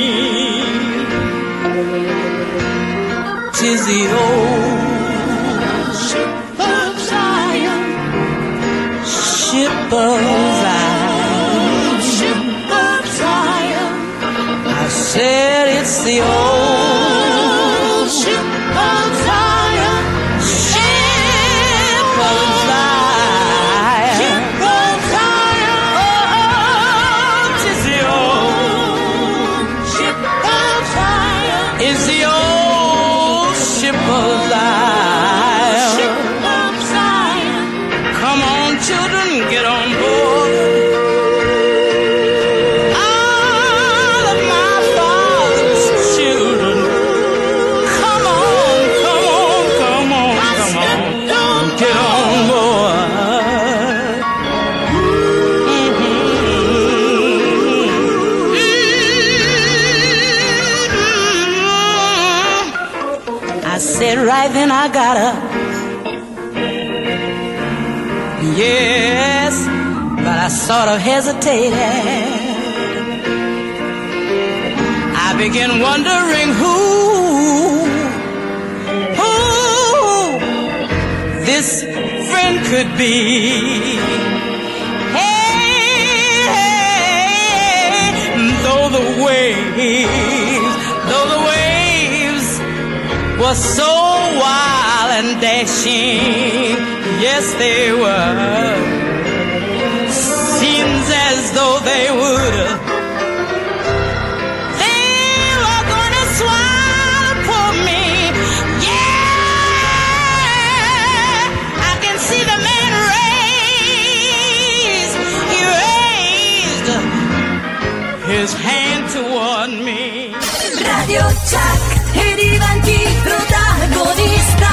'Tis the old ship of Zion. Ship of Zion. Ship of Zion. I said it's the old ship of Zion. Ship of Zion. Ship of Zion. Oh, 'tis the old ship of Zion. It's the old ship of Zion. Ship of Zion. Come on, children, get on board. Right then I got up. Yes, but I sort of hesitated. I began wondering who, who this friend could be. Hey, hey, though the waves, though the waves were so wild and dashing, yes they were. Seems as though they would, they were gonna swallow me. Yeah, I can see the man raise, he raised his hand toward me. Radio Chuck e diventi protagonista.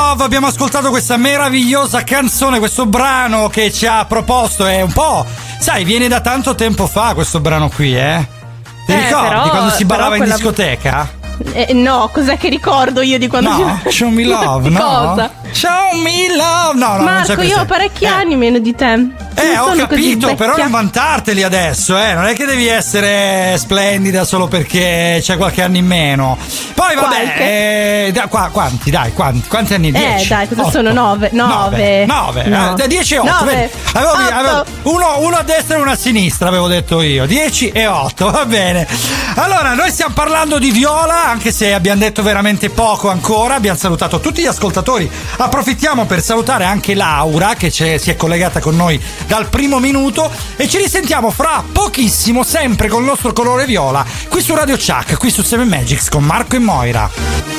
Love, abbiamo ascoltato questa meravigliosa canzone, questo brano che ci ha proposto, è un po', sai, viene da tanto tempo fa questo brano qui, eh? Ti Eh, ricordi però- quando si ballava però in quella- discoteca? Eh, no, cos'è che ricordo io di quando No, si... show me love, no? Cosa? Show me love, no, no, non c'è Marco, io questa- ho parecchi anni meno di te. Eh, Non ho sono così capito, però vecchia. non vantarteli adesso, eh. Non è che devi essere splendida solo perché c'è qualche anno in meno. Poi vabbè, Qualche. eh, da- qua- quanti, dai, quanti, quanti anni? Eh, Dieci? dai, cosa Otto? sono? Nove. Nove. Nove, No. eh, dieci e otto. Nove. vedi? Avevo, Otto. avevo- uno, uno a destra e uno a sinistra, avevo detto io. Dieci e otto, va bene. Allora, noi stiamo parlando di Viola, anche se abbiamo detto veramente poco ancora. Abbiamo salutato tutti gli ascoltatori. Approfittiamo per salutare anche Laura, che c'è- si è collegata con noi dal primo minuto. E ci risentiamo fra pochissimo, sempre con il nostro colore viola, qui su Radio Chuck, qui su Seven Magics con Marco e Moira.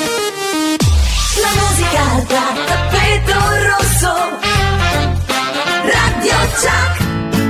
La musica da tappeto rosso. Radio Chuck.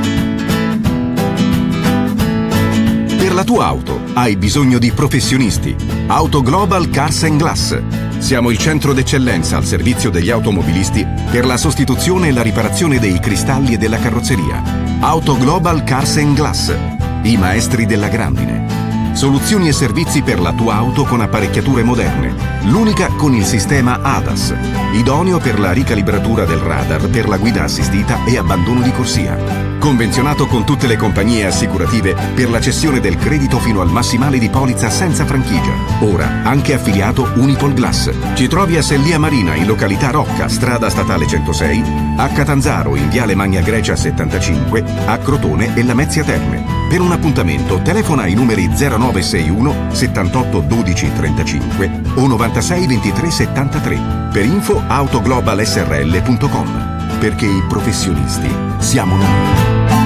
Per la tua auto hai bisogno di professionisti. Auto Global Cars and Glass. Siamo il centro d'eccellenza al servizio degli automobilisti per la sostituzione e la riparazione dei cristalli e della carrozzeria. Auto Global Cars and Glass. I maestri della grandine. Soluzioni e servizi per la tua auto con apparecchiature moderne. L'unica con il sistema A D A S, idoneo per la ricalibratura del radar per la guida assistita e abbandono di corsia. Convenzionato con tutte le compagnie assicurative per la cessione del credito fino al massimale di polizza senza franchigia. Ora anche affiliato Unipol Glass. Ci trovi a Sellia Marina in località Rocca, strada statale centosei, a Catanzaro in viale Magna Grecia settantacinque, a Crotone e Lamezia Terme. Per un appuntamento telefona ai numeri zero nove sei uno settantotto dodici trentacinque o novantasei ventitré settantatré. Per info autoglobalsrl punto com. Perché i professionisti siamo noi.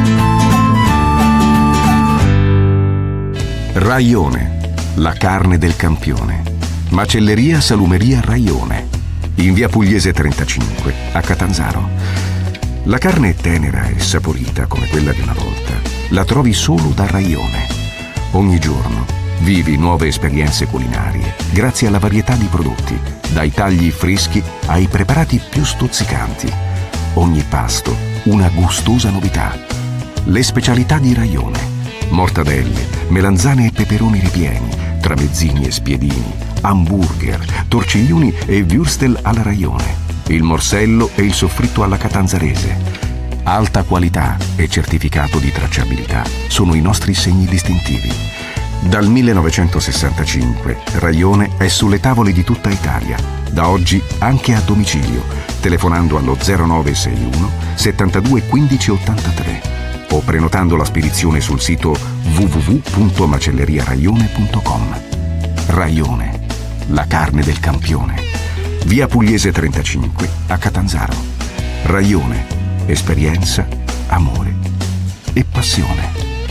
Raione, la carne del campione. Macelleria Salumeria Raione, in via Pugliese trentacinque, a Catanzaro. La carne è tenera e saporita come quella di una volta. La trovi solo da Raione. Ogni giorno vivi nuove esperienze culinarie grazie alla varietà di prodotti, dai tagli freschi ai preparati più stuzzicanti. Ogni pasto una gustosa novità. Le specialità di Raione: mortadelle, melanzane e peperoni ripieni, tramezzini e spiedini, hamburger, torciglioni e würstel alla Raione, il morsello e il soffritto alla catanzarese. Alta qualità e certificato di tracciabilità sono i nostri segni distintivi. Dal millenovecentosessantacinque Raione è sulle tavole di tutta Italia, da oggi anche a domicilio, telefonando allo zero nove sei uno settantadue quindici ottantatré o prenotando la spedizione sul sito w w w punto macelleriaraione punto com. Raione, la carne del campione. Via Pugliese trentacinque a Catanzaro. Raione, esperienza, amore e passione.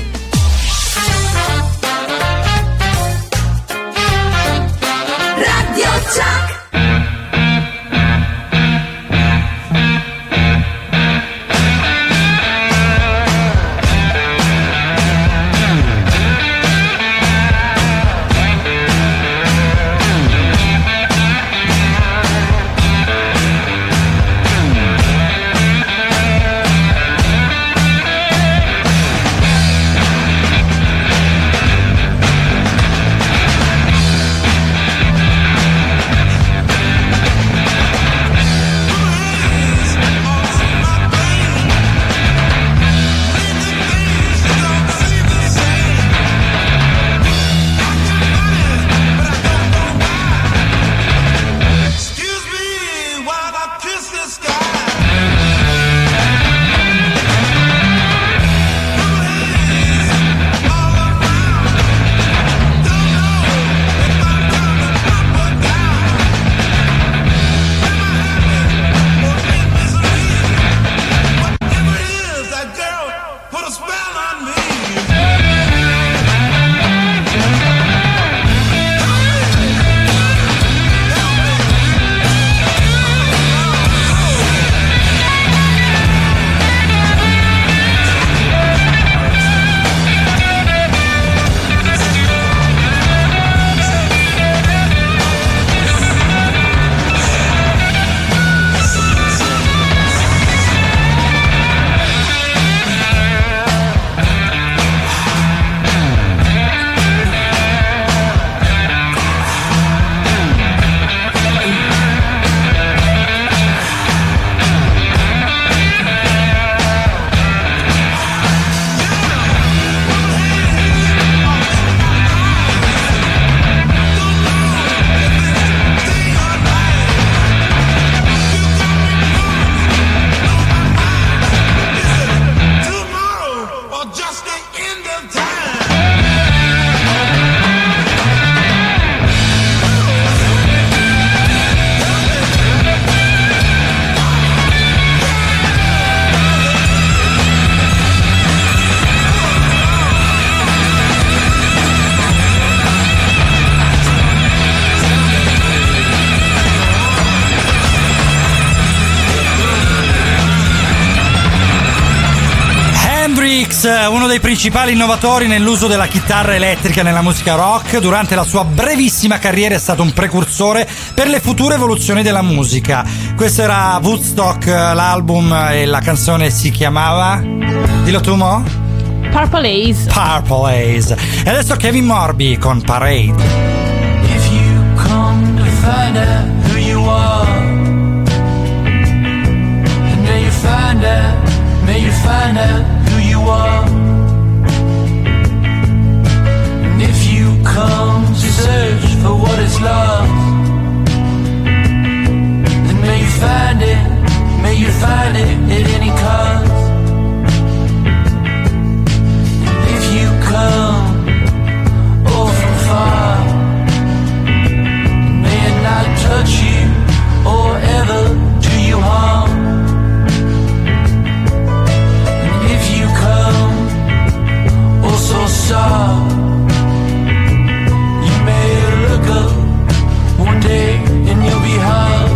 Radio Chuck. Hendrix, uno dei principali innovatori nell'uso della chitarra elettrica nella musica rock, durante la sua brevissima carriera è stato un precursore per le future evoluzioni della musica. Questo era Woodstock, l'album, e la canzone si chiamava... Dillo tu, mo? Purple Haze. Purple Haze. E adesso Kevin Morby con Parade. If you come to find out who you are, and may you find out, may you find out who you are. And if you come to search for what is lost, then may you find it, may you find it at any cost. And if you come all from far, may it not touch you or ever do you harm. And if you come also soft, you may look up one day and you'll be hard.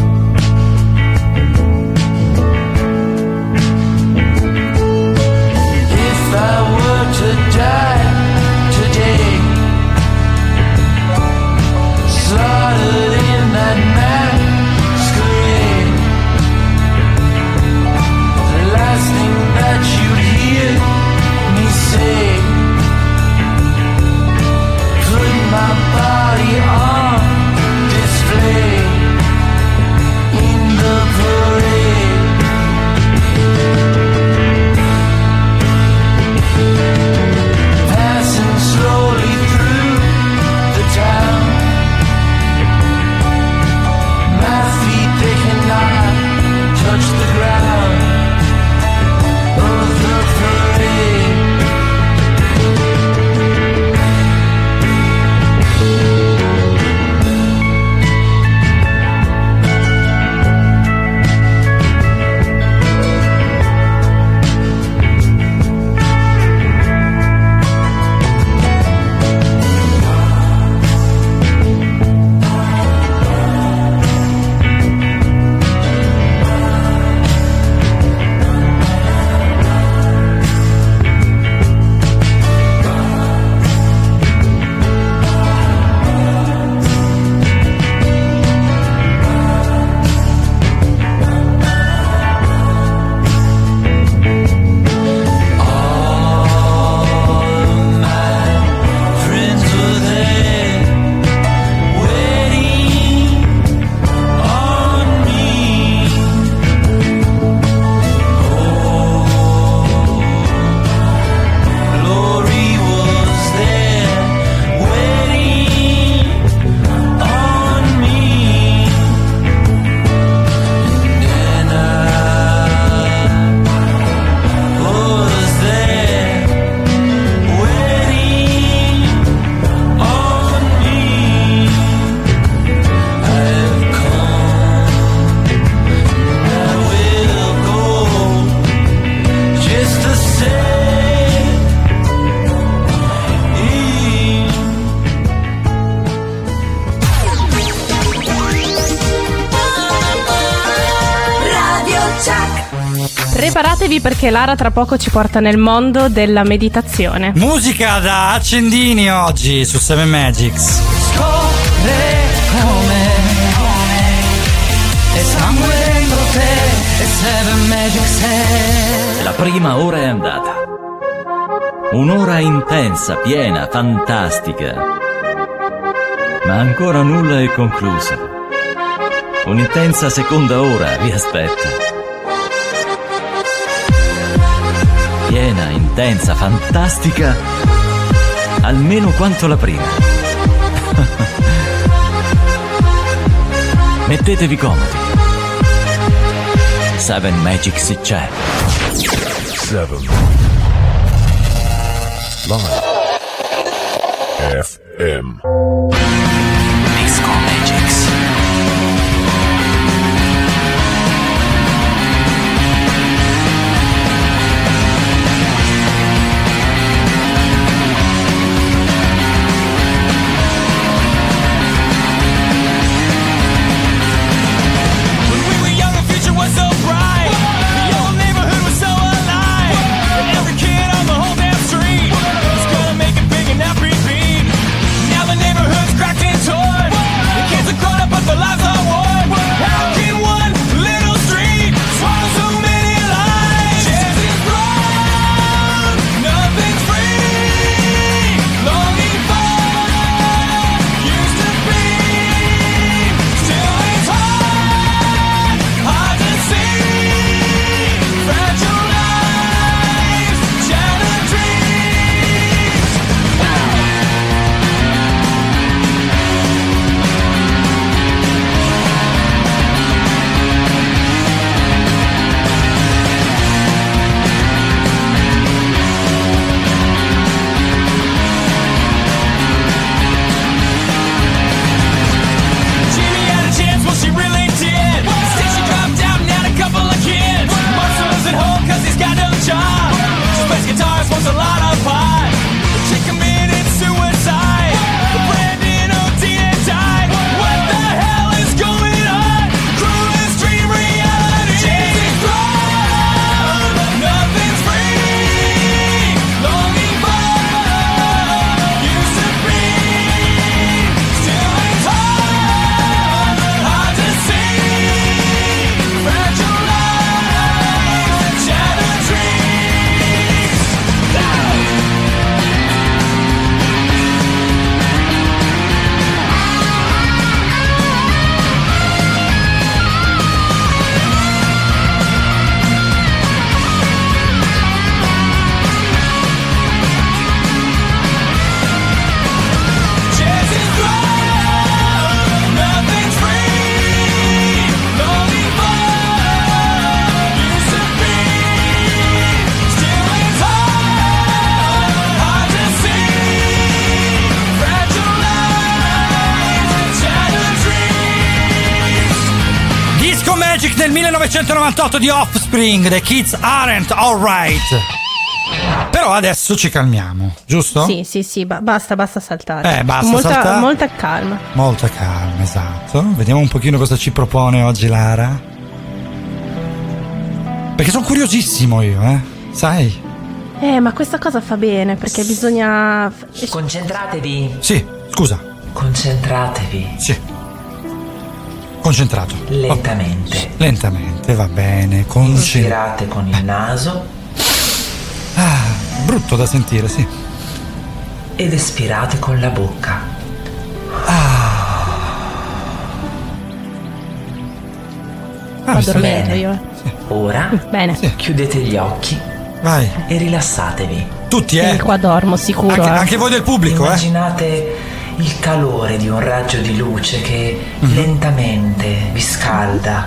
If I were to die today, slaughtered in that masquerade, the last thing that you'd hear me say, put my body on display in the parade. Passing slowly through the town, my feet, they cannot touch the ground of the parade. Friends were there, waiting on me. Glory was there, waiting on me. And I was there, waiting on me. I have come, I will go, just the same. Radio Chuck. Preparatevi perché Lara tra poco ci porta nel mondo della meditazione. Musica da accendini oggi su Seven Magics. Scorre come e sangue dentro te e Seven Magic sei. La prima ora è andata. Un'ora intensa, piena, fantastica. Ma ancora nulla è concluso. Un'intensa seconda ora vi aspetta. Piena, intensa, fantastica, almeno quanto la prima. Mettetevi comodi. Seven Magics c'è. Seven Live F M Disco Magics. When we were young, the future was so bright. The old neighborhood was so alive. Every millenovecentonovantotto di Offspring, The Kids Aren't Alright. Però adesso ci calmiamo, giusto? Sì, sì, sì, ba- basta, basta saltare. Eh, basta molta, saltare. Molta calma. Molta calma, esatto. Vediamo un pochino cosa ci propone oggi Lara. Perché sono curiosissimo io, eh. Sai? Eh, ma questa cosa fa bene, perché bisogna... Concentratevi. Sì, scusa. Concentratevi. Sì. Concentrato. Lentamente. Oh. Lentamente, va bene. Concentrato. Inspirate con il naso. Ah, brutto da sentire, sì. Ed espirate con la bocca. Ah. Vado a dormire io. Sì. Ora Bene. Sì. chiudete gli occhi. Vai. E rilassatevi. Tutti, eh. Sì, qua dormo, sicuro. Anche, eh. anche voi del pubblico, Immaginate eh. il calore di un raggio di luce che mm-hmm. lentamente vi scalda.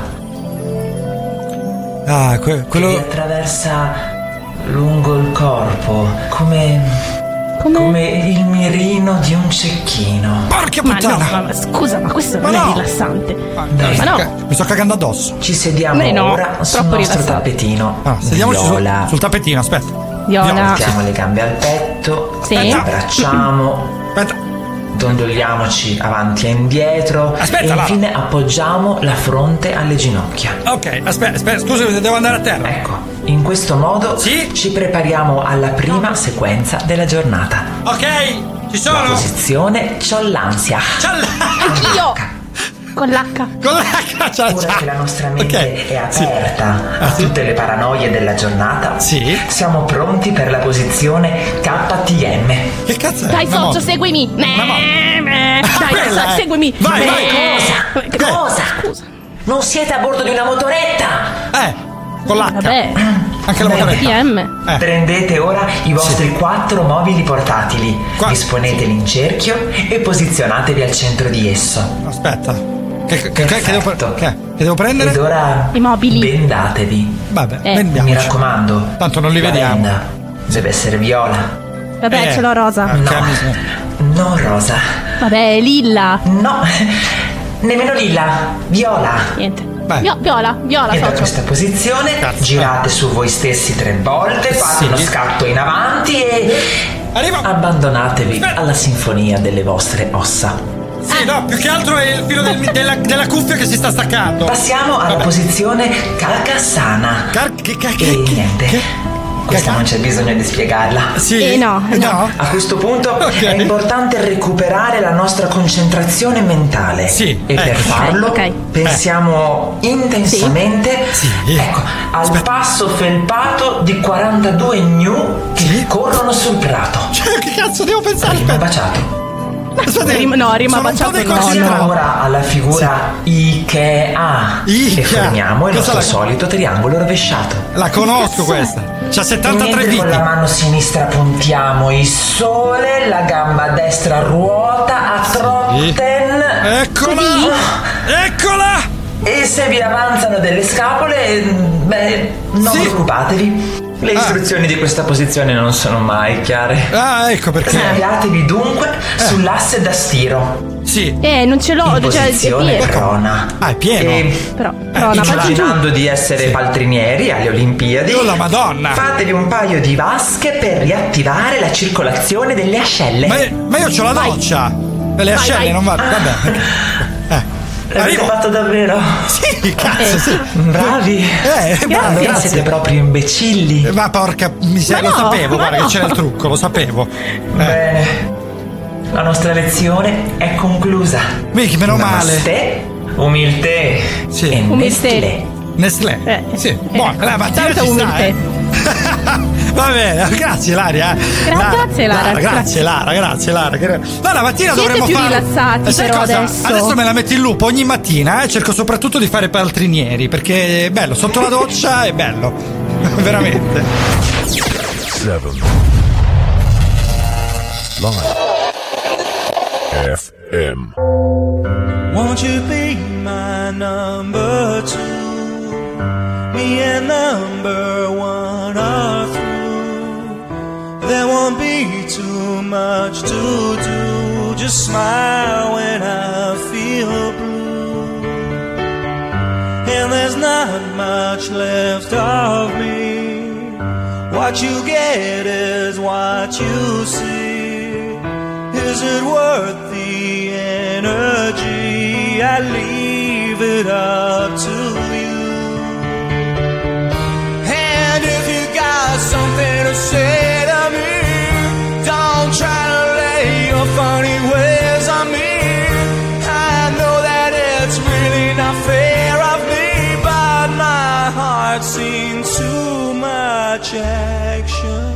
Ah, que- quello... Che vi attraversa lungo il corpo, come, come come il mirino di un cecchino. Porca ma puttana! no, ma scusa, ma questo ma non no. è rilassante. Dai, ma no. Mi sto cagando addosso. Ci sediamo Beh, no, ora sul troppo nostro rilassato. tappetino. Ah, sediamoci Viola. sul, sul tappetino, aspetta. Viola. Mettiamo le gambe al petto, Sì. ci abbracciamo, Aspetta. dondoliamoci avanti e indietro. Aspetta, e Lara. infine appoggiamo la fronte alle ginocchia. Ok, aspetta, aspetta, scusa, devo andare a terra. Ecco, in questo modo Sì? ci prepariamo alla prima sequenza della giornata. Ok, ci La sono. posizione c'ho l'ansia. C'ho l- Anch'io! Con l'H. Con la caccia. Ora che la nostra mente Ok. è Sì. aperta a tutte le paranoie della giornata, Sì. siamo pronti per la posizione K T M. Che cazzo è? Dai, Una socio, moto. seguimi. Una moto. Dai, quella, so- eh. seguimi. Vai, Eh. vai, Cosa? Cosa? Scusa. Non siete a bordo di una motoretta? Eh, con l'H. Vabbè. Anche la Beh, motoretta. P M. Eh. Prendete ora i vostri quattro mobili portatili, Qua- disponeteli in cerchio e posizionatevi al centro di esso. Aspetta. Che, che, che, che, devo, Perfetto. che, che devo prendere? Ed ora I mobili. bendatevi. Vabbè, Eh. vendiamoci. Mi raccomando, Tanto non li la vediamo. benda deve essere viola. Vabbè, Eh. ce l'ho rosa. Ah, No, che miseria. non rosa. Vabbè, lilla. No, nemmeno lilla, viola. Niente. Beh. Vio- viola, viola, E da socio. questa posizione Cazzo. girate su voi stessi tre volte, fate Sì. uno scatto in avanti e Arrivo. abbandonatevi Aspetta. alla sinfonia delle vostre ossa. Sì, no, più che altro è il filo del- della, della cuffia che si sta staccando. Passiamo alla Vabbè. posizione Karkasana. Car- che, che, E che, niente, che- questa che- non c'è bisogno di spiegarla. Sì. Eh, no, no. A questo punto Ok. è importante recuperare la nostra concentrazione mentale. Sì, E ecco. per farlo Ok, ok. pensiamo intensamente Sì. ecco, al Aspetta. passo felpato di quarantadue gnu che Sì. corrono sul prato. Cioè, che cazzo devo pensare? Rima Aspetta. baciato. Aspetta, Rima- no, rima sono un po' baciato no, deconcentrato. no. Ora alla figura Ikea Ikea. e formiamo il Cosa nostro la- solito triangolo rovesciato. La conosco questa. C'ha settantatré Mentre con viti. la mano sinistra puntiamo il sole, la gamba destra ruota a trotten. Eccola! Eccola! E se vi avanzano delle scapole, beh, non Sì. preoccupatevi. Le Ah. istruzioni di questa posizione non sono mai chiare. Ah, ecco perché. Sdraiatevi dunque sull'asse da stiro. Sì. Eh, non ce l'ho, In cioè, è posizione pieno. prona. Ah, è pieno. E Però, però una faccia giù. immaginando di essere paltrinieri alle Olimpiadi, Oh, la Madonna! fatevi un paio di vasche per riattivare la circolazione delle ascelle. Ma, ma io c'ho la doccia. Le ascelle vai. non vanno. Vabbè. Eh. L'avete Arrivo. fatto davvero? Sì, cazzo, sì. Bravi. Eh, bravo, Allora grazie. siete proprio imbecilli. Ma porca miseria, Ma lo no, sapevo, ma guarda no. che c'era il trucco, lo sapevo. Eh. Bene. La nostra lezione è conclusa. Mica, meno male. Namaste, umiltà Sì. e Umiltà. Nestlé. Nestlé. Eh. Sì. Buona, la mattina Tanta ci sta, umiltà. eh. Va bene, grazie Ilaria. eh. Gra- grazie, Lara, Grazie grazie. Lara, grazie Lara. che- No, la mattina Siete dovremmo più fare. rilassati, Eh, sai però, cosa? adesso. me la metto in loop ogni mattina, eh. Cerco soprattutto di fare paltrinieri perché è bello, sotto la doccia è bello. Veramente. Seven. Live. F M. Won't you be my number two? Me and number one are through. There won't be too much to do. Just smile when I feel blue. And there's not not much left of me. What you get is what you see. Is it worth the energy? I leave it up to you. And if you got something to say to me, don't try to lay your funny ways on me. I know that it's really not fair of me, but my heart's seen too much action.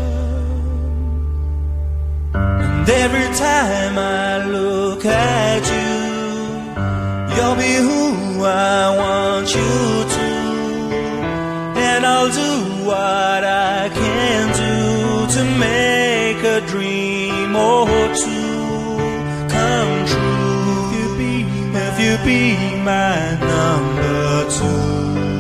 And every time I look at you, you'll be who I want you to. And I'll do what I can do to make a dream or two come true. If you be, if you be my number two.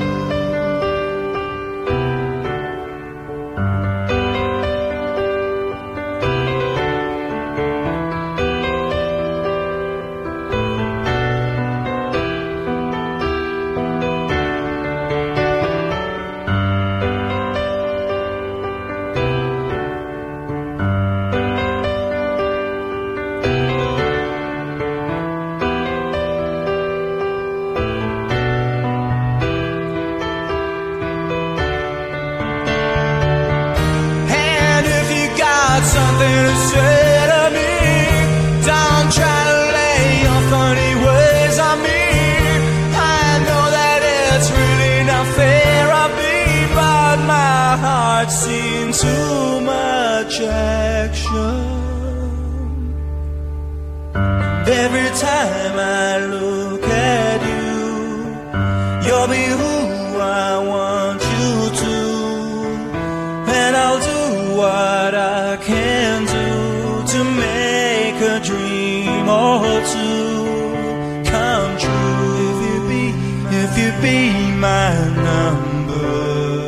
Something to say to me. Don't try to lay your funny ways on me. I know that it's really not fair of me, but my heart's seen too much action. And every time I look at you, you'll be who I want you to. And I'll do what I can do to make a dream or two come true. If you be, if you be my number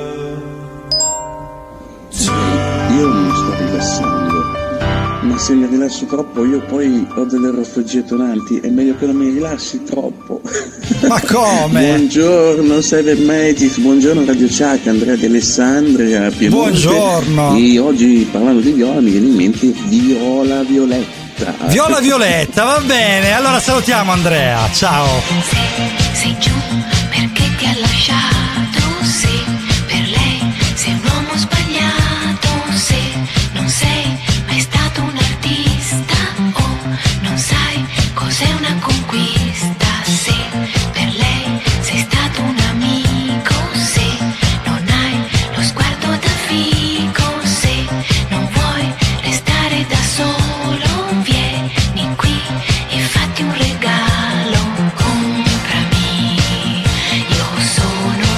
two. Io mi sto rilassando, ma se mi rilasso troppo io poi ho delle rostrogie tonanti, è meglio che non mi rilassi troppo. Ma come? Buongiorno Seven Magics, buongiorno Radio Chuck, Andrea di Alessandria, Piemonte. Buongiorno. E oggi parlando di viola mi viene in mente Viola Violetta. Viola Violetta, va bene. Allora salutiamo Andrea, ciao. Sei giù perché ti ha lasciato, sì, per lei sei un uomo sbagliato, se non sei mai stato un artista o non sai cos'è una conquista, se per lei sei stato un amico, se non hai lo sguardo da fico, se non vuoi restare da solo, vieni qui e fatti un regalo, comprami, io sono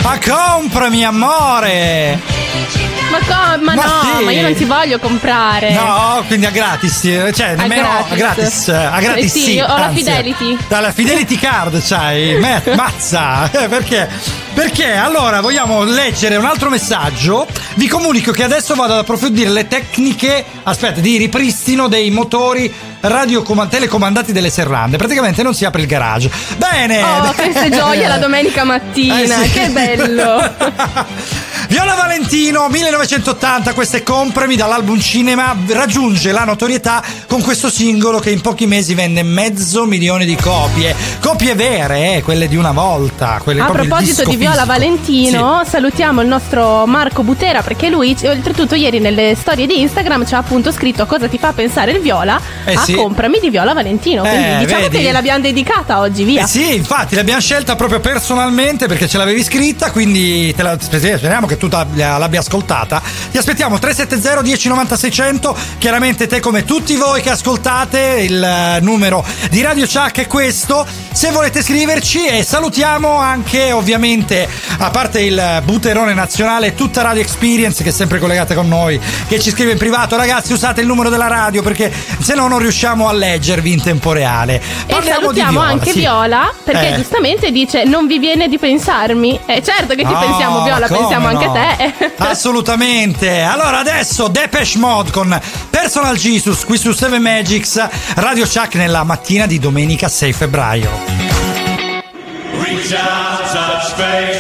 Ma comprami, amore! Ma, com- ma, Ma no, sì. ma io non ti voglio comprare. No, quindi a gratis, cioè nemmeno a gratis, a gratis Eh sì, sì, io ho la anzi, Fidelity. Dalla Fidelity Card c'hai, me- mazza, eh, perché? Perché allora vogliamo leggere un altro messaggio. Vi comunico che adesso vado ad approfondire le tecniche, aspetta, di ripristino dei motori radiocomand- telecomandati delle serrande. Praticamente non si apre il garage. Bene! Oh, questa gioia la domenica mattina, Eh sì. che bello! Viola Valentino, millenovecentottanta, queste Comprami dall'album Cinema, raggiunge la notorietà con questo singolo che in pochi mesi vende mezzo milione di copie. Copie vere, eh, quelle di una volta. Quelle A proprio il proposito disco di Viola fisico. Valentino, salutiamo il nostro Marco Butera, perché lui, oltretutto, ieri nelle storie di Instagram ci ha appunto scritto cosa ti fa pensare il Viola Eh a sì. Comprami di Viola Valentino. Quindi Eh, diciamo vedi? che gliel'abbiamo dedicata oggi, via. Eh sì, infatti l'abbiamo scelta proprio personalmente perché ce l'avevi scritta, quindi te la, speriamo che tu l'abbia, l'abbia ascoltata. Ti aspettiamo tre sette zero uno zero nove zero sei zero zero. Chiaramente te, come tutti voi che ascoltate, il eh, numero di Radio Chuck è questo. Se volete scriverci, e salutiamo anche ovviamente, a parte il Buterone nazionale, tutta Radio Experience che è sempre collegata con noi, che ci scrive in privato: ragazzi, usate il numero della radio perché se no non riusciamo a leggervi in tempo reale. E Parliamo salutiamo di Viola, anche sì. Viola, perché Eh. giustamente dice non vi viene di pensarmi. Eh certo che ti No, pensiamo, Viola, come pensiamo anche no? te. Assolutamente. Allora adesso Depeche Mode con Personal Jesus qui su Seven Magics, Radio Chuck nella mattina di domenica sei febbraio. Reach out, touch faith.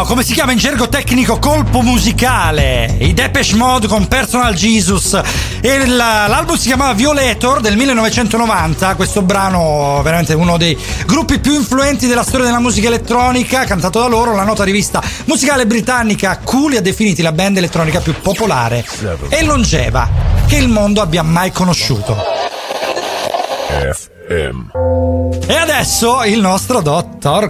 come si chiama in gergo tecnico, colpo musicale. I Depeche Mode con Personal Jesus. E l'album si chiamava Violator del millenovecentonovanta. Questo brano, veramente uno dei gruppi più influenti della storia della musica elettronica, cantato da loro. La nota rivista musicale britannica Cooley ha definito la band elettronica più popolare e longeva che il mondo abbia mai conosciuto. F M. E adesso il nostro dottor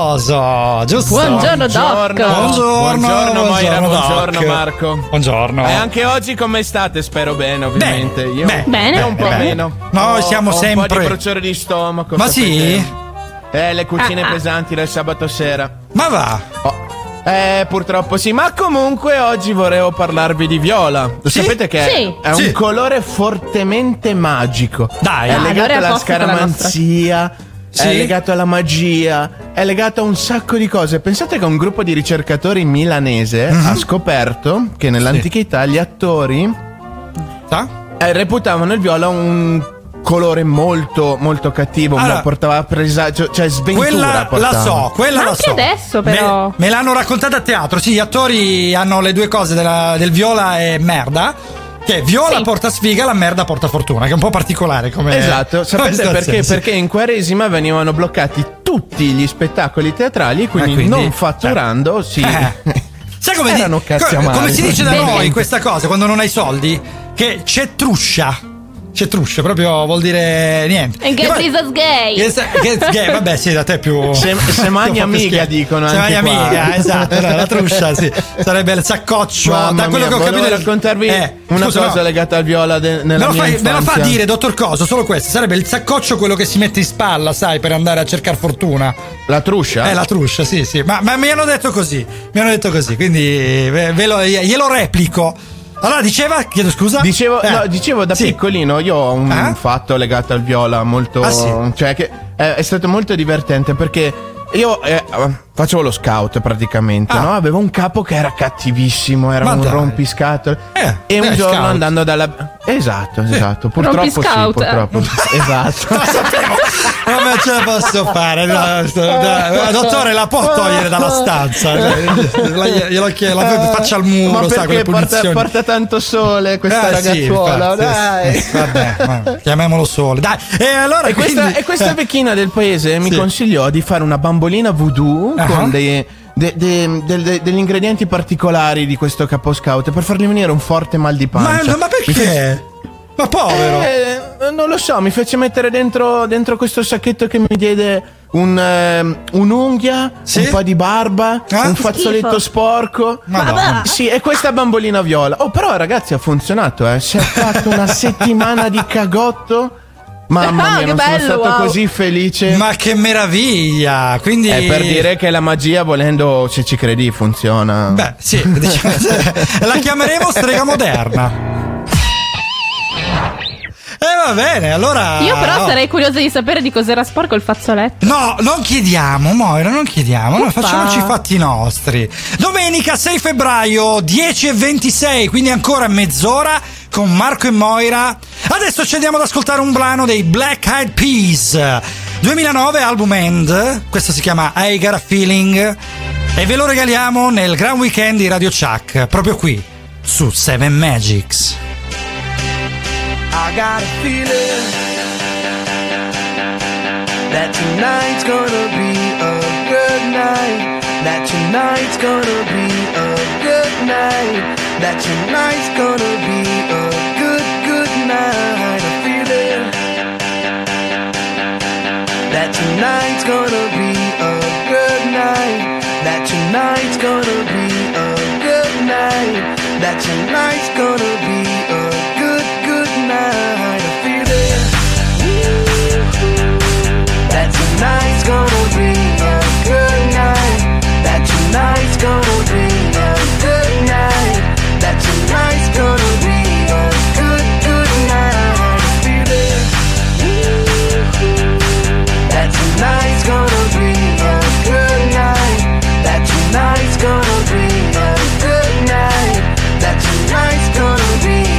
Coso, giusto? Buongiorno, Doc. Buongiorno, buongiorno Moira, buongiorno, buongiorno Doc. Marco. Buongiorno. E anche oggi come state? Spero bene, ovviamente. Beh, Io beh, bene. un po' beh. meno. Noi Ho- siamo ho sempre- un po' di bruciore di stomaco. Ma sapete? sì? Eh, le cucine Ah, ah. pesanti del sabato sera. Ma va. Oh. Eh, purtroppo sì, ma comunque oggi volevo parlarvi di viola. Lo Sì? sapete che Sì. è un Sì. colore fortemente magico. Dai. È Ah, legato allora è a alla posto con la nostra. scaramanzia, Sì? è legato alla magia, è legato a un sacco di cose. Pensate che un gruppo di ricercatori milanese Mhm. ha scoperto che nell'antichità gli attori Sa? eh, reputavano il viola un colore molto molto cattivo, Allora, ma portava presagio, cioè sventura Quella la portava. so, quella Ma la anche so. adesso, però. Me, me l'hanno raccontata a teatro. Sì, gli attori hanno le due cose della- del viola e merda. Che viola Sì. porta sfiga, la merda porta fortuna, che è un po' particolare come. Esatto, sapete come perché? situazione, sì. Perché in Quaresima venivano bloccati tutti gli spettacoli teatrali, quindi, Ah, quindi- non fatturando si... Eh. Sai come, Erano di- cazzi co- amari. come si dice da Bene. noi questa cosa quando non hai soldi? Che c'è truscia. C'è truscia, proprio vuol dire niente. And Che get poi- Jesus gay. Che sa- che- che- vabbè, sì, da te è più. Se, se magna un po' più amiga scherzo. dicono Se anche magna qua. amiga, esatto. no, la truscia, sì. Sarebbe il saccoccio. Mamma da quello mia, che ho volevo capito. raccontarvi Eh, una scusa, cosa no. legata al viola de- Me nella lo, mia fai, me lo fa infanzia. dire, dottor Coso, solo questo. Sarebbe il saccoccio quello che si mette in spalla, sai, per andare a cercare fortuna. La truscia? Eh, la truscia, sì, sì. Ma, ma mi hanno detto così. Mi hanno detto così, quindi ve, ve lo, glielo replico. Allora, diceva, chiedo scusa. Dicevo, Eh, no, dicevo da sì. piccolino io ho un Ah? fatto legato al viola molto, Ah, sì? cioè che è, è stato molto divertente perché io eh, facevo lo scout praticamente, Ah. no? Avevo un capo che era cattivissimo, era Ma un dai. rompiscatole. Eh, e un eh, giorno scout. andando dalla esatto, esatto, purtroppo sì, Rompiscout. purtroppo. Esatto. Come ce la posso fare? No, no, dottore, la può togliere dalla stanza? La- Glielo chiedo, la faccia al muro, Ma sa, quelle perché porta, punizioni. porta tanto sole questa Eh, sì, ragazzuola, infatti, dai. sì, vabbè, ma chiamiamolo sole. Dai, e allora E questa, quindi- e questa eh, vecchina del paese mi Sì. consigliò di fare una bambolina voodoo Ah. con dei, de- de- de- de- degli ingredienti particolari di questo capo scout per fargli venire un forte mal di ma, pancia. ma Mi fece- perché? Ma povero. Eh, non lo so, mi fece mettere dentro, dentro questo sacchetto che mi diede un, ehm, un'unghia, Sì? un po' di barba, Ah? un fazzoletto Schifo. sporco. Madonna. Sì, e questa bambolina viola. Oh, però ragazzi ha funzionato, eh. Si è fatto una settimana di cagotto. Mamma Ah, mia, che non bello, sono stato wow. così felice. Ma che meraviglia! Quindi È per dire che la magia, volendo, se ci credi, funziona. Beh, sì, diciamo, la chiameremo strega moderna. E va bene, allora. Io però oh. sarei curiosa di sapere di cos'era sporco il fazzoletto. No, non chiediamo, Moira, non chiediamo, noi Uffa. facciamoci i fatti nostri. Domenica sei febbraio, dieci e ventisei, quindi ancora mezz'ora con Marco e Moira. Adesso ci andiamo ad ascoltare un brano dei Black Eyed Peas. duemilanove, album End, questo si chiama I Got a Feeling e ve lo regaliamo nel Grand Weekend di Radio Chuck, proprio qui, su Seven Magics. I got a feeling that tonight's gonna be a good night. That tonight's gonna be a good night. That tonight's gonna be a good, good night. A feeling that tonight's gonna be a good night. That tonight's gonna be a good night. That tonight's gonna be a good, good night. A feeling that tonight's gonna be a good night. That tonight's gonna be a good night. That tonight's gonna be a good, good night. A feeling that tonight's gonna be a good night. That tonight's gonna be a good night. That tonight's gonna be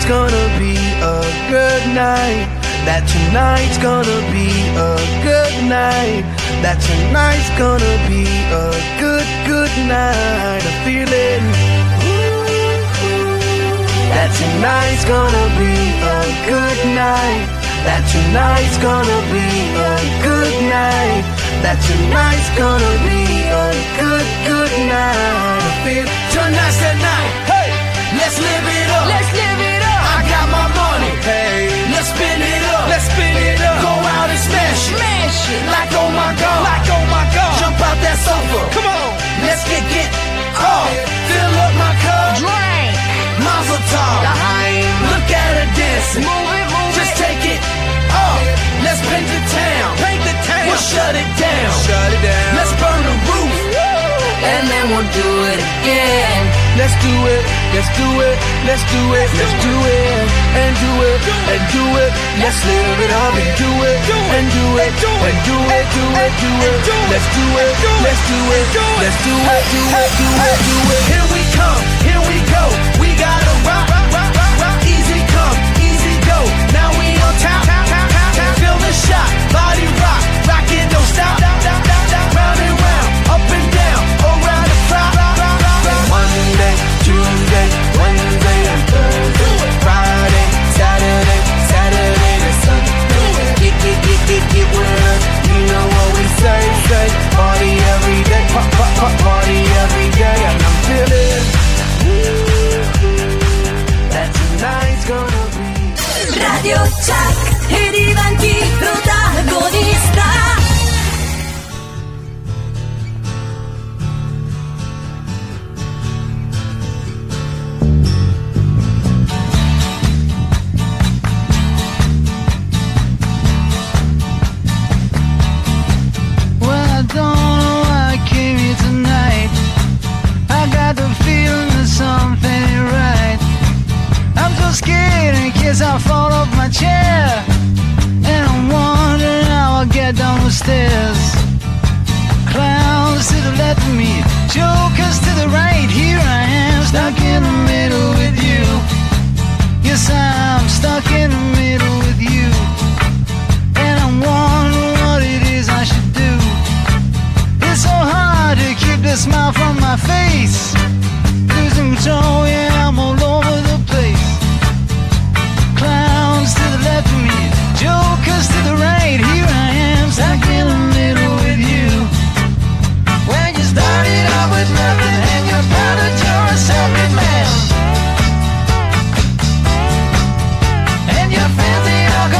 gonna be a good night. That tonight's gonna be a good night. That tonight's gonna be a good, good night. I'm feeling. That tonight's gonna be a good night. That tonight's gonna be a good night. That tonight's gonna be a good, good night. I feel tonight's the night. Hey, let's live it up. Let's live it up. I got my money. Hey, let's spin it up. Let's spin it up. Go out and smash it. Smash it. Like oh my god. Like oh my god. Jump out that sofa. Come on. Let's get get off. Fill up my cup. Drink. Mazel tov. Look at her dancing. Move it, move Just it. take it off. Let's paint the town. Paint the town. We'll shut it down. Shut it down. Let's burn the roof. And then we'll do it again. Let's do it. Let's do it. Let's do it. Let's do it. And do it. And do it. Let's live it up and do it. And do it. And do it. Do it. Do it. Let's do it. Let's do it. Let's do it. Do it. Do it. Do it. Here we come. Here we go. We gotta rock. Rock. Rock. Rock. Rock. Easy come. Easy go. Now we on top. Feel the shot. Body rock. Rockin'. Don't stop. Round and round. Up and down. Around the clock. Monday, Tuesday, Wednesday, and Thursday, Friday, Saturday, Saturday to Sunday. Get, get, get, get, get with us. You know what we say, say. Party every day, pop, pop, pop, party every day. And I'm feeling that tonight's gonna be Radio Chuck e diventi protagonista. I fall off my chair, and I'm wondering how I'll get down the stairs. Clowns to the left of me, jokers to the right. Here I am, stuck in the middle with you. Yes, I'm stuck in the middle with you. And I'm wondering what it is I should do. It's so hard to keep the smile from my face. Losing control, yeah, I'm all over the place. Clowns to the left of me, jokers to the right. Here I am, stuck in the middle with you. When you started out with nothing and you found that you're a self-made man, and your fancy alcohol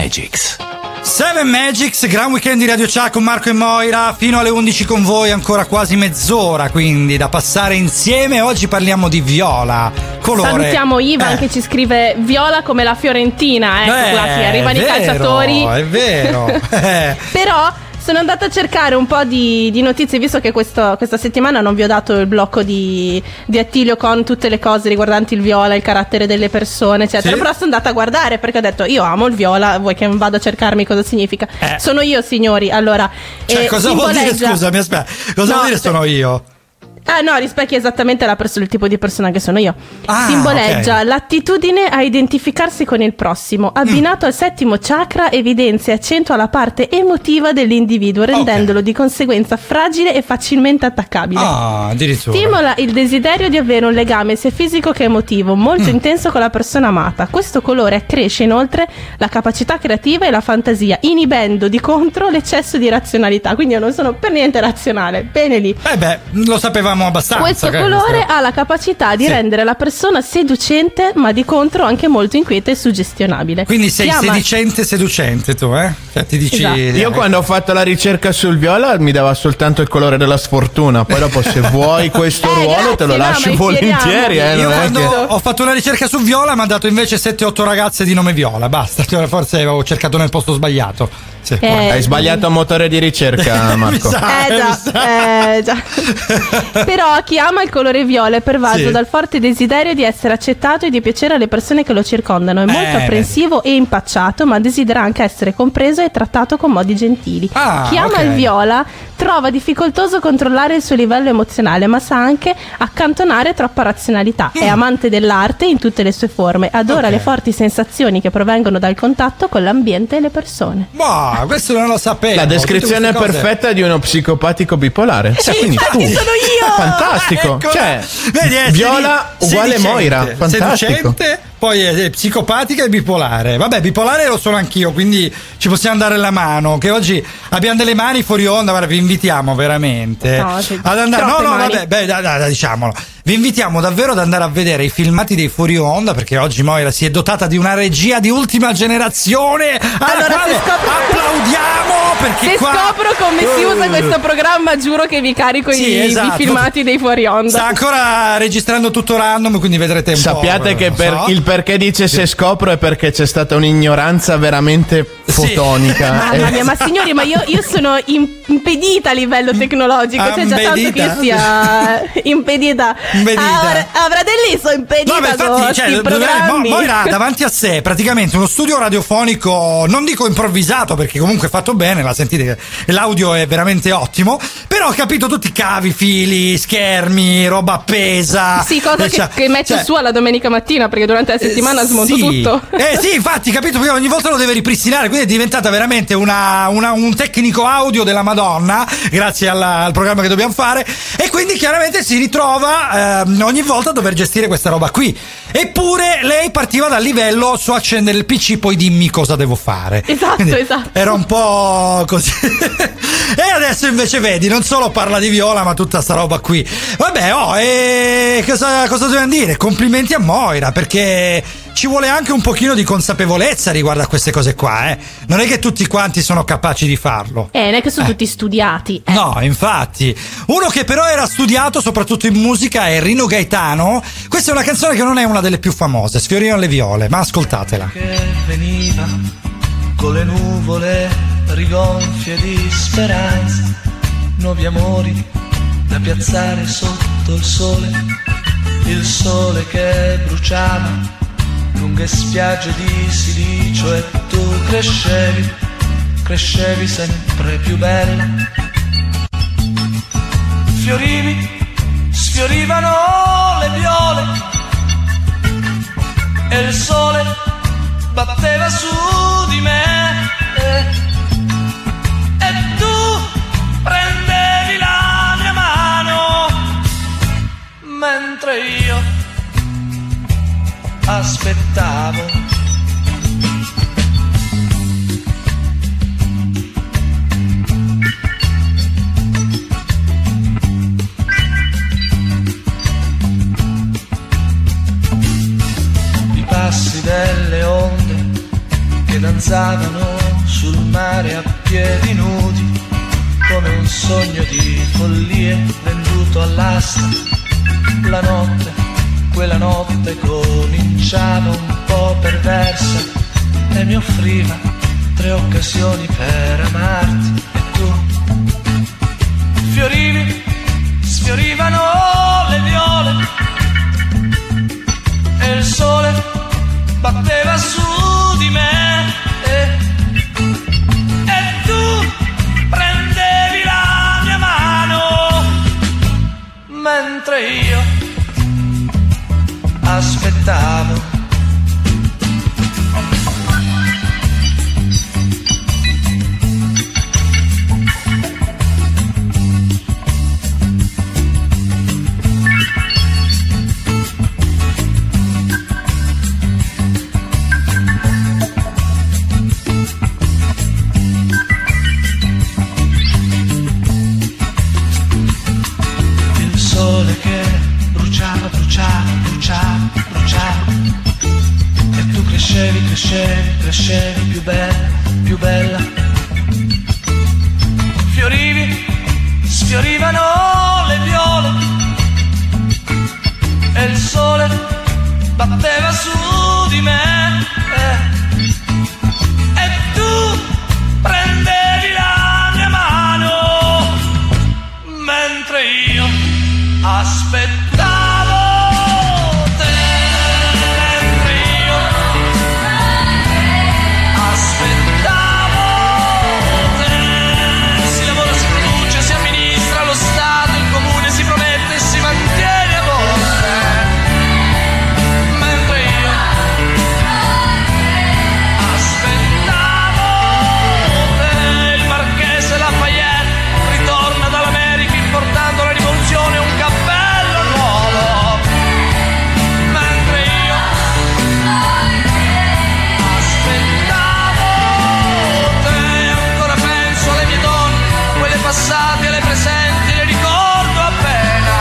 Magics. Seven Magics, Gran Weekend di Radio Chuck con Marco e Moira, fino alle undici con voi, ancora quasi mezz'ora quindi da passare insieme. Oggi parliamo di viola, colore. Salutiamo Ivan eh. che ci scrive viola come la Fiorentina, ecco eh, qua che arrivano i vero, calciatori. È vero, eh. Però sono andata a cercare un po' di, di notizie, visto che questo, questa settimana non vi ho dato il blocco di, di Attilio con tutte le cose riguardanti il viola, il carattere delle persone, eccetera. Sì. Però sono andata a guardare perché ho detto io amo il viola, vuoi che vado a cercarmi cosa significa? Eh. Sono io, signori. Allora, Cioè, eh, cosa vuol dire, simboleggia- scusami, aspetta, cosa No, vuol dire sono io? Ah no, rispecchia esattamente la persona, il tipo di persona che sono io. Ah, Simboleggia ok. l'attitudine a identificarsi con il prossimo, abbinato al settimo chakra, evidenzia e accentua la parte emotiva dell'individuo, rendendolo di conseguenza fragile e facilmente attaccabile. Ah, addirittura. Stimola il desiderio di avere un legame sia fisico che emotivo molto Mm. intenso con la persona amata. Questo colore accresce inoltre la capacità creativa e la fantasia, inibendo di contro l'eccesso di razionalità. Quindi io non sono per niente razionale. Bene lì. Eh beh, lo sapevamo abbastanza. Questo che- colore ha la capacità di Sì. rendere la persona seducente, ma di contro anche molto inquieta e suggestionabile. Quindi sei Chiama- sedicente seducente tu, eh? Cioè ti dici... Esatto. Io quando ho fatto la ricerca sul viola mi dava soltanto il colore della sfortuna. Poi dopo se vuoi questo Eh, ruolo grazie, te lo no, lascio ma volentieri. Eh, Io non è quando che- ho fatto una ricerca su Viola mi ha dato invece sette otto ragazze di nome Viola, basta, cioè, forse avevo cercato nel posto sbagliato. Sì. Eh, Hai sbagliato a motore di ricerca, Marco. sa, Eh mi già, sa. eh già. Però chi ama il colore viola è pervaso Sì. dal forte desiderio di essere accettato e di piacere alle persone che lo circondano. È molto Eh, apprensivo e impacciato, ma desidera anche essere compreso e trattato con modi gentili. Ah, chi ama ok. il viola trova difficoltoso controllare il suo livello emozionale, ma sa anche accantonare troppa razionalità. È amante dell'arte in tutte le sue forme, adora Ok. le forti sensazioni che provengono dal contatto con l'ambiente e le persone. Boh, questo non lo sapevo. La descrizione Tutte queste cose. perfetta di uno psicopatico bipolare. Cioè, quindi tu. infatti sono io! Fantastico. Eccola. Cioè, Vedi, è viola sedi- uguale sedicente, Moira. Fantastico. Sedicente, poi è è psicopatica e bipolare. Vabbè, bipolare lo sono anch'io, quindi ci possiamo dare la mano. Che oggi abbiamo delle mani fuori onda, guarda, vi invitiamo veramente No, c'è ad andare. No, troppe no, mani. vabbè, beh, dai, dai, diciamolo. Vi invitiamo davvero ad andare a vedere i filmati dei fuori onda, perché oggi Moira si è dotata di una regia di ultima generazione. Alla Allora, quale se scopro- applaudiamo perché Se qua scopro come si usa questo programma, giuro che vi carico Sì, i, esatto. i filmati dei fuori onda. sta ancora registrando tutto random, quindi vedrete un Sappiate po'. che non per so. il perché dice se scopro è perché c'è stata un'ignoranza veramente fotonica. Mamma Eh, mia, ma signori, ma io, io sono im- impedita a livello tecnologico. C'è già tanto che io Ambedita? sia impedita. Impedita. Ah, ora, Fratelli, impedita No, beh, con infatti, questi cioè, Mo- programmi. Moira ha davanti a sé praticamente uno studio radiofonico, non dico improvvisato perché comunque è fatto bene, la sentite che l'audio è veramente ottimo, però ho capito tutti i cavi, fili, schermi, roba appesa. Sì, cosa che, Cioè, che metto cioè, su alla domenica mattina, perché durante la settimana smonto sì. tutto. Eh sì, infatti, capito, perché ogni volta lo deve ripristinare, quindi è diventata veramente una, una- un tecnico audio della Madonna, grazie alla- al programma che dobbiamo fare, e quindi chiaramente si ritrova ehm, ogni volta a dover gestire questa roba qui. Eppure lei partiva dal livello su accendere il P C, poi dimmi cosa devo fare. Esatto, Quindi esatto. Era un po' così. E adesso invece vedi, non solo parla di viola, ma tutta sta roba qui. Vabbè, oh, e cosa, cosa dobbiamo dire? Complimenti a Moira, perché ci vuole anche un pochino di consapevolezza riguardo a queste cose qua, eh. Non è che tutti quanti sono capaci di farlo. Eh, non è che sono tutti studiati. eh. No, infatti. Uno che però era studiato soprattutto in musica è Rino Gaetano. Questa è una canzone che non è una delle più famose, Sfiorino le viole, ma ascoltatela. Che veniva con le nuvole rigonfie di speranza, nuovi amori da piazzare sotto il sole, il sole che bruciava lunghe spiagge di silicio, e tu crescevi, crescevi sempre più bella. Fiorivi, sfiorivano le viole e il sole batteva su di me, e, e tu prendevi la mia mano mentre io aspettavo. I passi delle onde che danzavano sul mare a piedi nudi, come un sogno di follie venduto all'asta. La notte, quella notte cominciava un po' perversa e mi offriva tre occasioni per amarti. E tu fiorivi, sfiorivano le viole e il sole batteva su di me e, e tu prendevi la mia mano mentre io aspettavo. Che bruciava, bruciava, bruciava, bruciava e tu crescevi, crescevi, crescevi più bella, più bella. Fiorivi, sfiorivano le viole e il sole batteva su di me eh. E tu prendevi la mia mano mentre io aspettavo te, mentre io aspettavo te. Si lavora, si produce, si amministra lo Stato, il comune si promette e si mantiene a volte, mentre io aspettavo te. Il marchese Lafayette ritorna dall'America importando la rivoluzione, un cappello nuovo, mentre io aspettavo te. Ancora penso alle mie donne, quelle passate e alle presenti, le ricordo appena,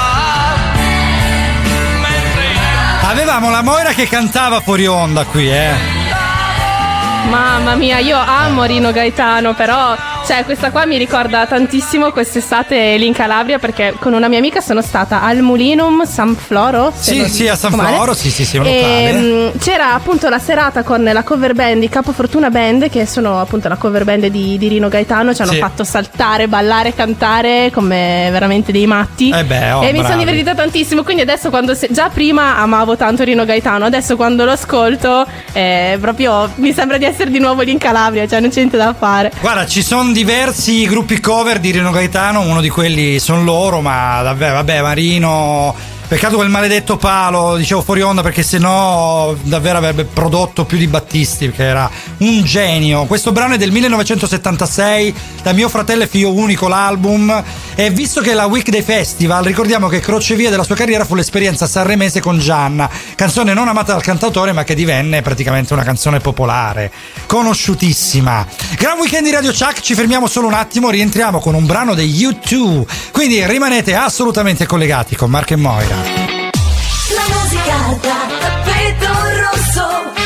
mentre io Avevamo la Moira che cantava fuori onda qui, eh. Mamma mia, io amo Rino Gaetano, però cioè questa qua mi ricorda tantissimo quest'estate lì in Calabria, perché con una mia amica sono stata al Mulinum San Floro. se Sì, non sì, a San dico male. Floro, sì, sì, sì, un E, locale. mh, c'era appunto la serata con la cover band di Capo Fortuna Band, che sono appunto la cover band di, di Rino Gaetano. Ci hanno Sì. fatto saltare, ballare, cantare come veramente dei matti. Eh beh, oh, e mi sono bravi. divertita tantissimo. Quindi adesso, quando se- già prima amavo tanto Rino Gaetano, adesso quando lo ascolto eh, proprio mi sembra di essere di nuovo lì in Calabria, cioè non c'è niente da fare. Guarda, ci sono diversi gruppi cover di Rino Gaetano, uno di quelli sono loro, ma davvero, vabbè, Marino. Peccato quel maledetto palo, dicevo fuori onda, perché sennò davvero avrebbe prodotto più di Battisti, che era un genio. Questo brano è del millenovecentosettantasei, da Mio fratello e figlio unico, l'album. E visto che è la Weekday Festival, ricordiamo che crocevia della sua carriera fu l'esperienza sanremese con Gianna, canzone non amata dal cantautore ma che divenne praticamente una canzone popolare, conosciutississima. Gran weekend di Radio Chuck, ci fermiamo solo un attimo, rientriamo con un brano degli U due, quindi rimanete assolutamente collegati con Marco e Moira. La musica da tappeto rosso.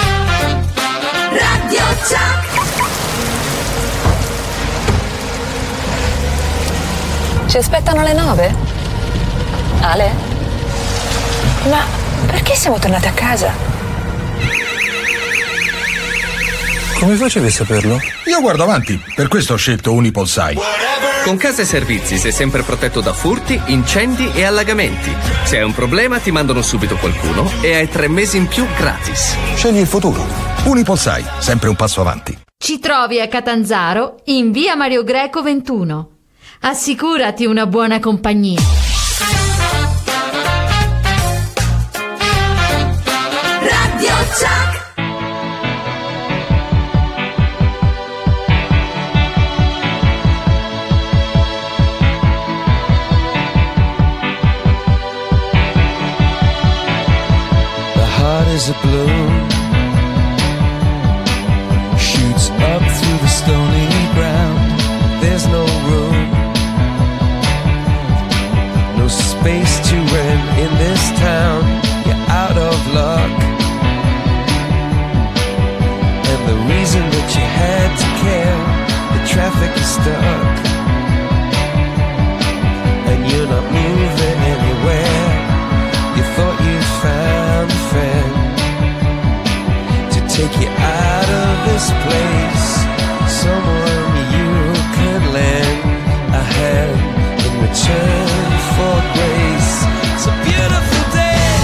Radio Chuck. Ci aspettano alle nove? Ale? Ma perché siamo tornati a casa? Come facevi a saperlo? Io guardo avanti, per questo ho scelto Unipolsai. Con Casa e Servizi sei sempre protetto da furti, incendi e allagamenti. Se hai un problema ti mandano subito qualcuno e hai tre mesi in più gratis. Scegli il futuro. Unipolsai, sempre un passo avanti. Ci trovi a Catanzaro in via Mario Greco ventuno. Assicurati una buona compagnia. Radio Chuck. Heart is a balloon, shoots up through the stony ground. There's no room, no space to rent in this town. You're out of luck, and the reason stuck, and you're not moving anywhere. You thought you found a friend to take you out of this place, someone you could lend a hand in return for grace. It's a beautiful day.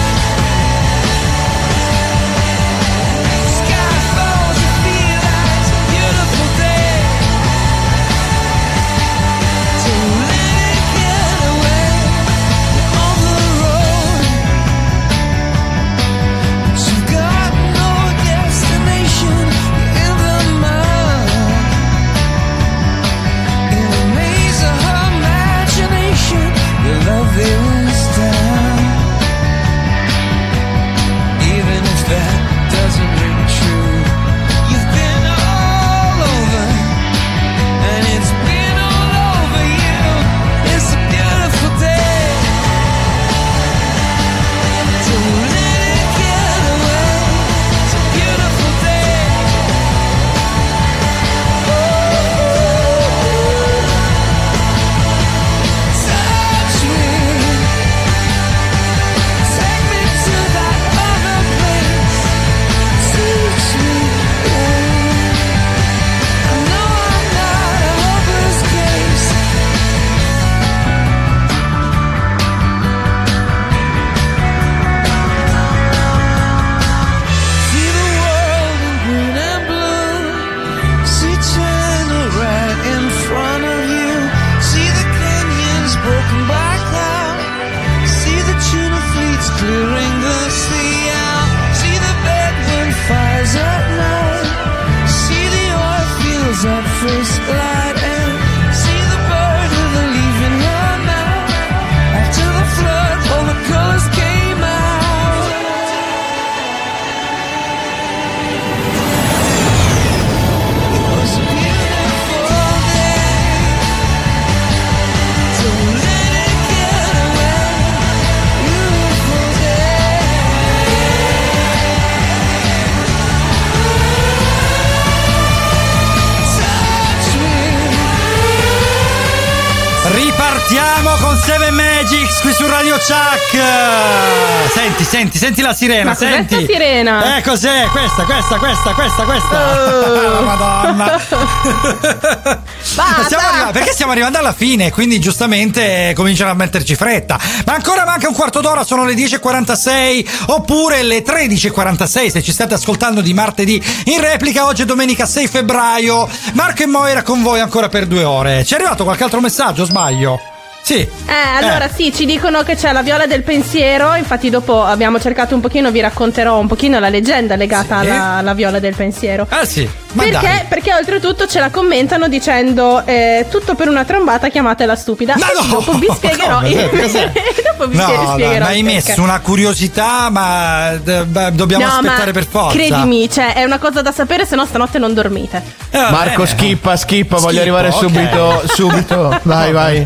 Sky falls, you feel like it's a beautiful day. To let it get away. You're on the road, but you've got no destination. You're in the mud, in a maze of her imagination. Your love is down, even if that doesn't ring true. You've been all over, and it's been all over you. It's a beautiful day. To let it get away. It's a beautiful day. Touch me, take me to that other place. Teach me, I know I'm not a hopeless case. See the world in green and blue. See China right in front of you. See the canyons broken by cloud. See the tuna fleets clearing the sea out. See the bedroom fires at night. See the oil fields at first light. And see the bird with a leaf in her mouth. After the flood, all the colors came out. It was a beautiful day. To let it get away. Beautiful Touch me. Ripartiamo con Seven Magics qui su Radio Chuck. Senti, senti, senti la sirena, Ma cos'è senti. sta sirena? Eh, cos'è? Questa, questa, questa, questa, questa. Oh. Madonna. Stiamo arrivando- perché stiamo arrivando alla fine, quindi giustamente cominciano a metterci fretta. Ma ancora manca un quarto d'ora, sono le dieci e quarantasei oppure le tredici e quarantasei se ci state ascoltando di martedì in replica. Oggi è domenica sei febbraio. Marco e Moira con voi ancora per due ore. Ci è arrivato qualche altro messaggio, o sbaglio? Sì. Eh, allora Eh. sì, ci dicono che c'è la viola del pensiero, infatti dopo abbiamo cercato un pochino, vi racconterò un pochino la leggenda legata Sì. alla, alla viola del pensiero. Ah sì, ma Perché? dai. Perché oltretutto ce la commentano dicendo eh, tutto per una trombata, chiamatela stupida. Ma E no! dopo vi spiegherò Come? il- Cos'è? dopo vi No, spie- dai, spiegherò ma hai il messo perché. una curiosità, ma d- beh, dobbiamo No, aspettare ma per forza. credimi, cioè, è una cosa da sapere, se no stanotte non dormite. Eh, va Marco, bene. schippa, schippa, voglio Schippo, arrivare ok. subito, subito. Vai, vai.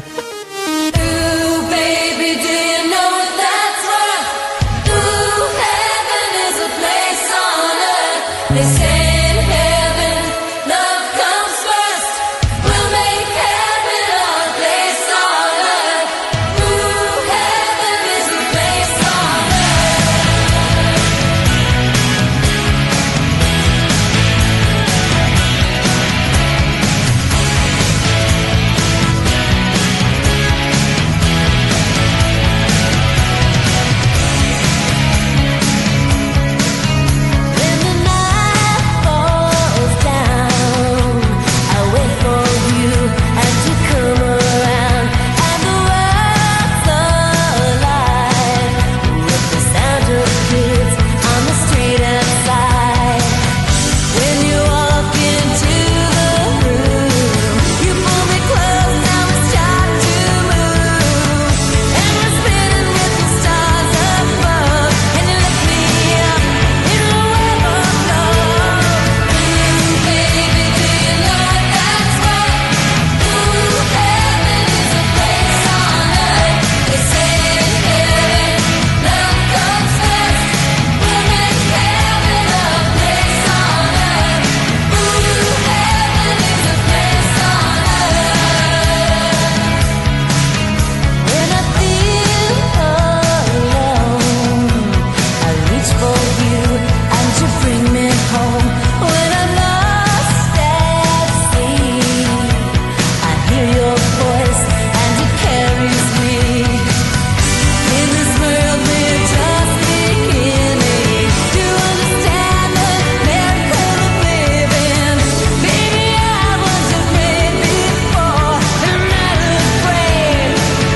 Baby, do you know that's right? Ooh, heaven is a place on earth. They say in heaven, love comes first. We'll make heaven a place on earth. Ooh, heaven is a place on earth. your voice and it carries me. In this world we're just beginning to understand the miracle of living. Baby, I was afraid before, and I'm not afraid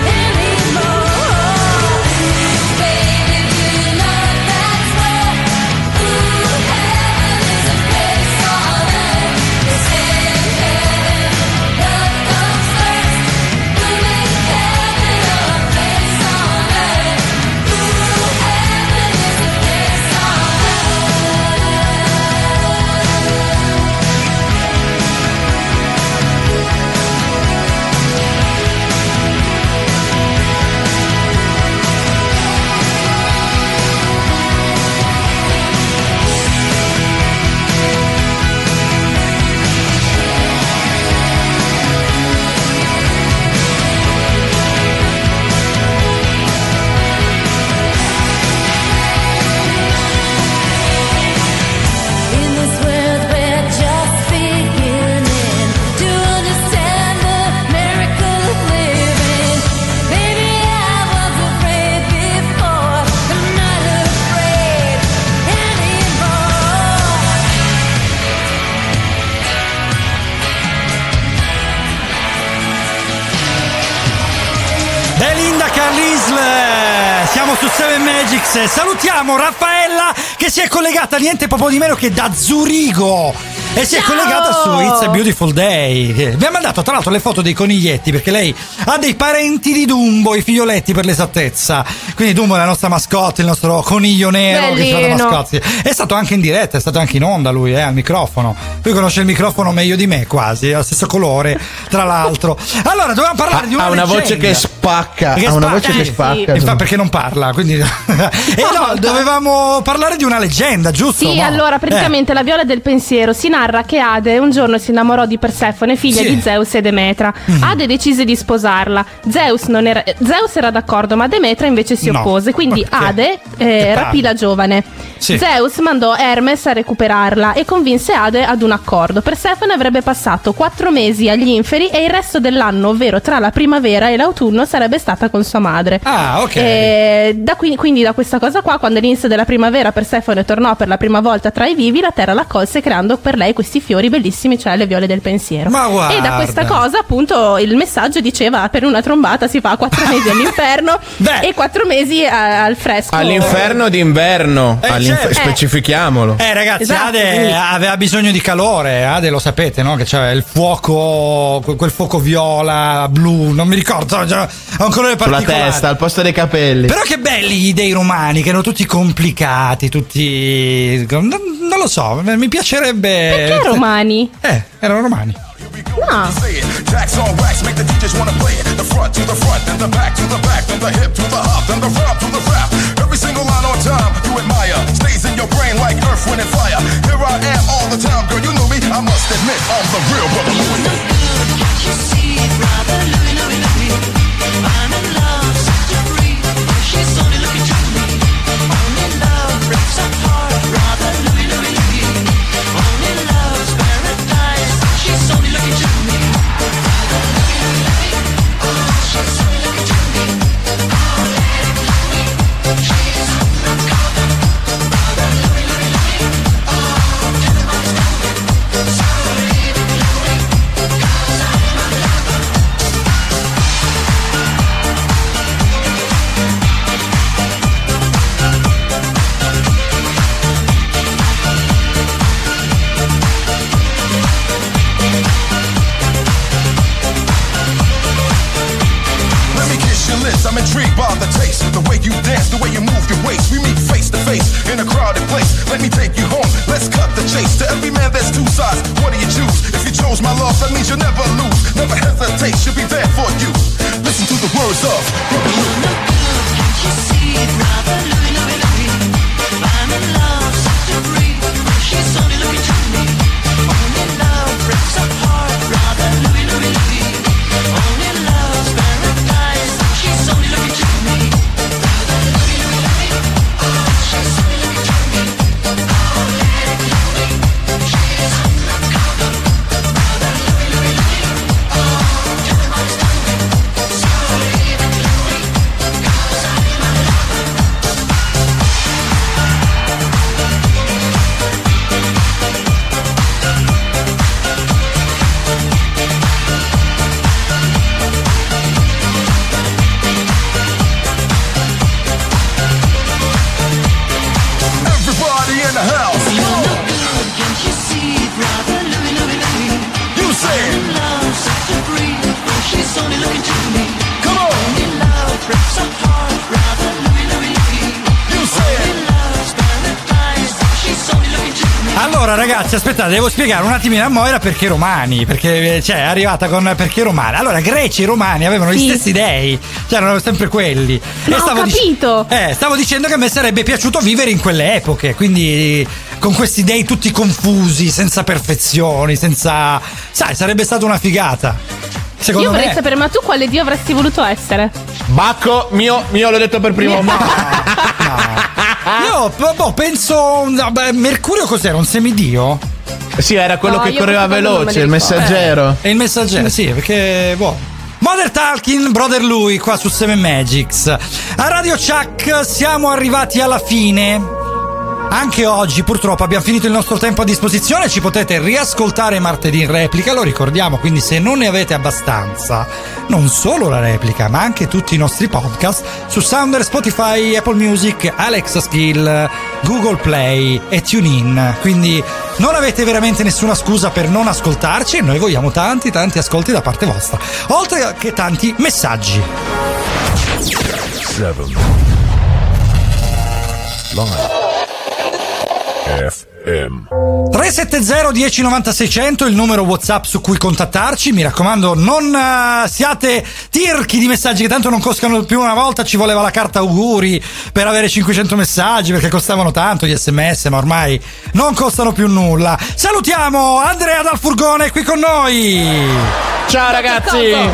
anymore. Baby, do you know that's where, ooh, heaven is a place on earth. They say in heaven, love comes first. We'll make heaven a place on earth. Ooh, heaven is a place on In this world we're just beginning to understand the miracle of living. Baby, I was afraid before, I'm not afraid anymore. Belinda Carlisle, siamo su Seven Magics. Salutiamo Raffaella che si è collegata niente poco di meno che da Zurigo e si è Ciao! collegata su It's a Beautiful Day. Vi ha mandato tra l'altro le foto dei coniglietti perché lei ha dei parenti di Dumbo, i figlioletti per l'esattezza. Quindi Dumbo è la nostra mascotte, il nostro coniglio nero che è Bellino. stato mascotte. È stato anche in diretta, è stato anche in onda lui, eh, al microfono. Lui conosce il microfono meglio di me quasi, è lo stesso colore tra l'altro. Allora, dovevamo parlare di una Ha una voce leggenda. che spacca. Che Ha una spacca, voce che sì, spacca. Infatti perché non parla, quindi e no, dovevamo parlare di una leggenda, giusto? Sì, Mo? allora praticamente la Viola del Pensiero si narra che Ade un giorno si innamorò di Persefone, figlia Sì. di Zeus e Demetra. Mm. Ade decise di sposarla. Zeus, non era, Zeus era d'accordo, ma Demetra invece si No. oppose. Quindi Ma che- Ade che eh, palle. rapì la giovane. Sì. Zeus mandò Hermes a recuperarla e convinse Ade ad un accordo. Persefone avrebbe passato quattro mesi agli inferi e il resto dell'anno, ovvero tra la primavera e l'autunno, sarebbe stata con sua madre. Ah, ok. E da qui- quindi da questa cosa qua, quando all'inizio della primavera Persefone tornò per la prima volta tra i vivi, la terra l'accolse creando per lei questi fiori bellissimi, cioè le viole del pensiero. Ma guarda. E da questa cosa appunto il messaggio diceva: per una trombata si fa quattro mesi all'inferno e quattro mesi a- al fresco. All'inferno d'inverno. Eh, All'inf- certo. Specifichiamolo. Eh ragazzi, Esatto, Ade quindi- aveva bisogno di calore. Ade lo sapete, no? Che c'era il fuoco, quel quel fuoco viola, blu, non mi ricordo, cioè, ha un colore Sulla particolare. testa, al posto dei capelli. Però che belli gli dei romani, che erano tutti complicati, tutti. Non, non lo so, mi piacerebbe. Perché romani? Eh, erano romani. No. Jacks on wax make the D Js wanna play it. The front to the front, then the back to the back, then the hip to the hop, then the rap to the rap. Every single line on time, you admire. Stays in your brain like earth, wind, and fire. Here I am all the time, girl, you knew me. I must admit, I'm the real brother Louis. You see, brother Louis, Louis, Louis, I'm in love, set you free. She's only looking to me. Only love breaks our heart, brother Louis, Louis, Louis. Only love's paradise. She's only looking to me. Brother Louis, Louis, Louis. She's only looking to me. Oh, let it Louis. She's undercover. Brother Louis, Louis, Louis. Oh, everybody's coming. So leave it Louis, 'cause I'm a lover. Let me kiss your lips, I'm intrigued by the taste. The way you dance, the way you move your waist. We meet face to face in a crowded place. Let me take you home, let's cut the chase. To every man there's two sides, what do you choose? If you chose my love, that means you'll never lose. Never hesitate, she'll be there for you. Listen to the words of Brother Louis. Can't you see, brother Louis, Louis, Louis? I'm in love, set you free. She's only looking to me. Only love breaks our heart, brother Louis, Louis, Louis. Only love's paradise. She's only looking to me. Brother Louis, Louis, Louis. She's only looking to me. Oh, let it Louis. She's undercover. Brother Louis, Louis, Louis. Oh, Allora ragazzi, aspettate, devo spiegare un attimino a Moira perché i romani, perché cioè è arrivata con perché i romani. Allora, greci e romani avevano Sì. gli stessi dei, cioè erano sempre quelli. No, e stavo ho capito. dic- eh, stavo dicendo che a me sarebbe piaciuto vivere in quelle epoche, quindi con questi dei tutti confusi, senza perfezioni, senza, sai, sarebbe stata una figata. Secondo Io vorrei me. sapere, ma tu quale dio avresti voluto essere? Bacco, mio, mio l'ho detto per primo. Io boh, penso vabbè, Mercurio cos'era? Un semidio? Sì, era quello No, che io correva questo non me veloce, li il ricordo. messaggero. E il messaggero, sì, perché boh. Mother Talking, Brother Lui, qua su Seven Magics. A Radio Chuck siamo arrivati alla fine. Anche oggi purtroppo abbiamo finito il nostro tempo a disposizione, ci potete riascoltare martedì in replica, lo ricordiamo, quindi se non ne avete abbastanza, non solo la replica ma anche tutti i nostri podcast su Sounder, Spotify, Apple Music, Alexa Skill, Google Play e TuneIn, quindi non avete veramente nessuna scusa per non ascoltarci e noi vogliamo tanti tanti ascolti da parte vostra, oltre che tanti messaggi. Seven. Live. F M. tre sette zero uno zero nove sei zero zero il numero WhatsApp su cui contattarci. Mi raccomando, non uh, siate tirchi di messaggi che tanto non costano più. Una volta ci voleva la carta auguri per avere cinquecento messaggi perché costavano tanto gli sms, ma ormai non costano più nulla. Salutiamo Andrea dal furgone qui con noi. Ciao ragazzi.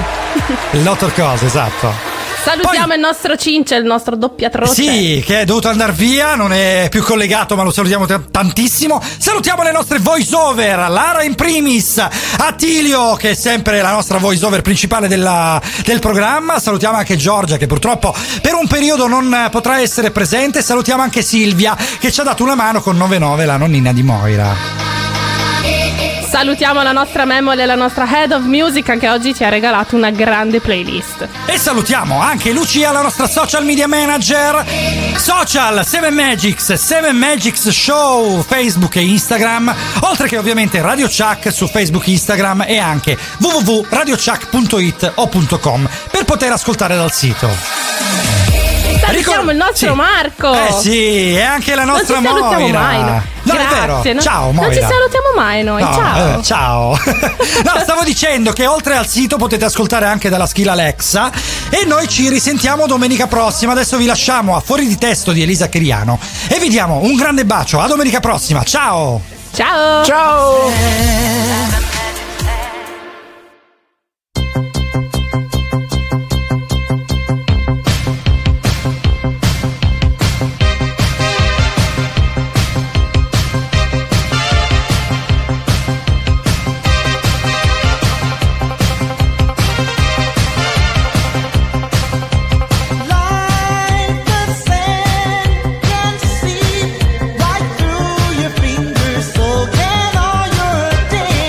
Il dottor Cosa, esatto. Salutiamo il nostro Cince, il nostro doppiatroce. Sì, che è dovuto andare via, non è più collegato, ma lo salutiamo t- tantissimo. Salutiamo le nostre voice over, Lara in primis, Attilio, che è sempre la nostra voice over principale della, del programma. Salutiamo anche Giorgia, che purtroppo per un periodo non potrà essere presente. Salutiamo anche Silvia, che ci ha dato una mano con nove nove, la nonnina di Moira. Salutiamo la nostra Memole e la nostra Head of Music che oggi ci ha regalato una grande playlist. E salutiamo anche Lucia, la nostra social media manager. Social Seven Magics, Seven Magics Show, Facebook e Instagram, oltre che ovviamente Radio Chuck su Facebook, Instagram e anche w w w punto radio chuck punto it o .com per poter ascoltare dal sito. Salutiamo il nostro sì. Marco. Eh sì, e anche la nostra non ci salutiamo Moira. mai, no. No, Grazie, è vero. no? Ciao Non Moira. ci salutiamo mai noi. No, ciao. eh, ciao. No, stavo dicendo che oltre al sito potete ascoltare anche dalla skill Alexa e noi ci risentiamo domenica prossima. Adesso vi lasciamo a Fuori di Testo di Elisa Cheriano e vi diamo un grande bacio. A domenica prossima. Ciao. Ciao. Ciao. Right through your fingers, so can all your days.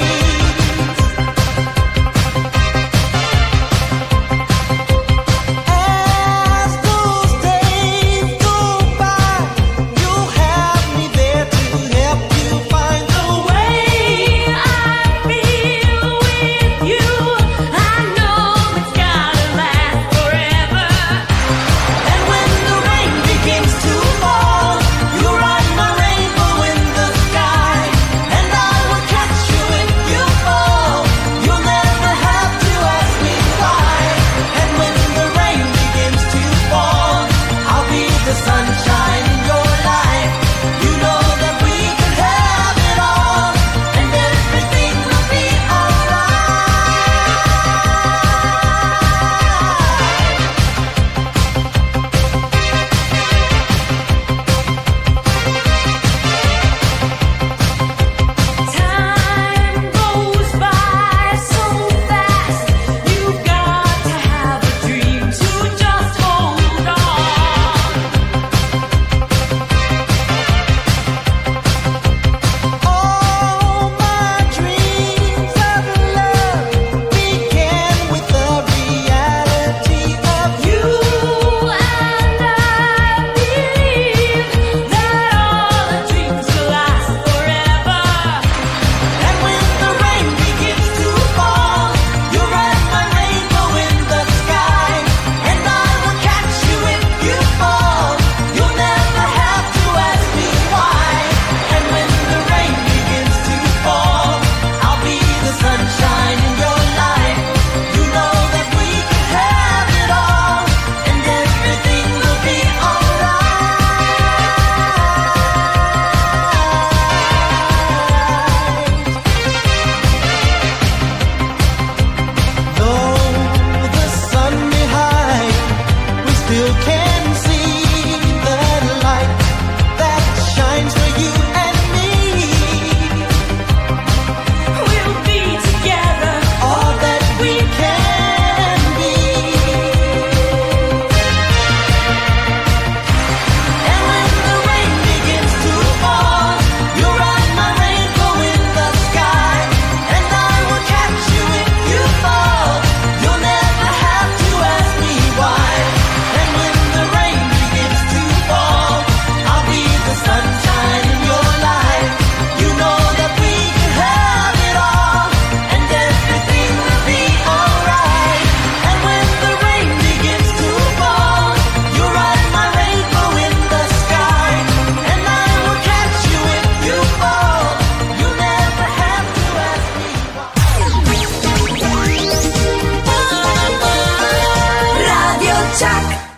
Chuck.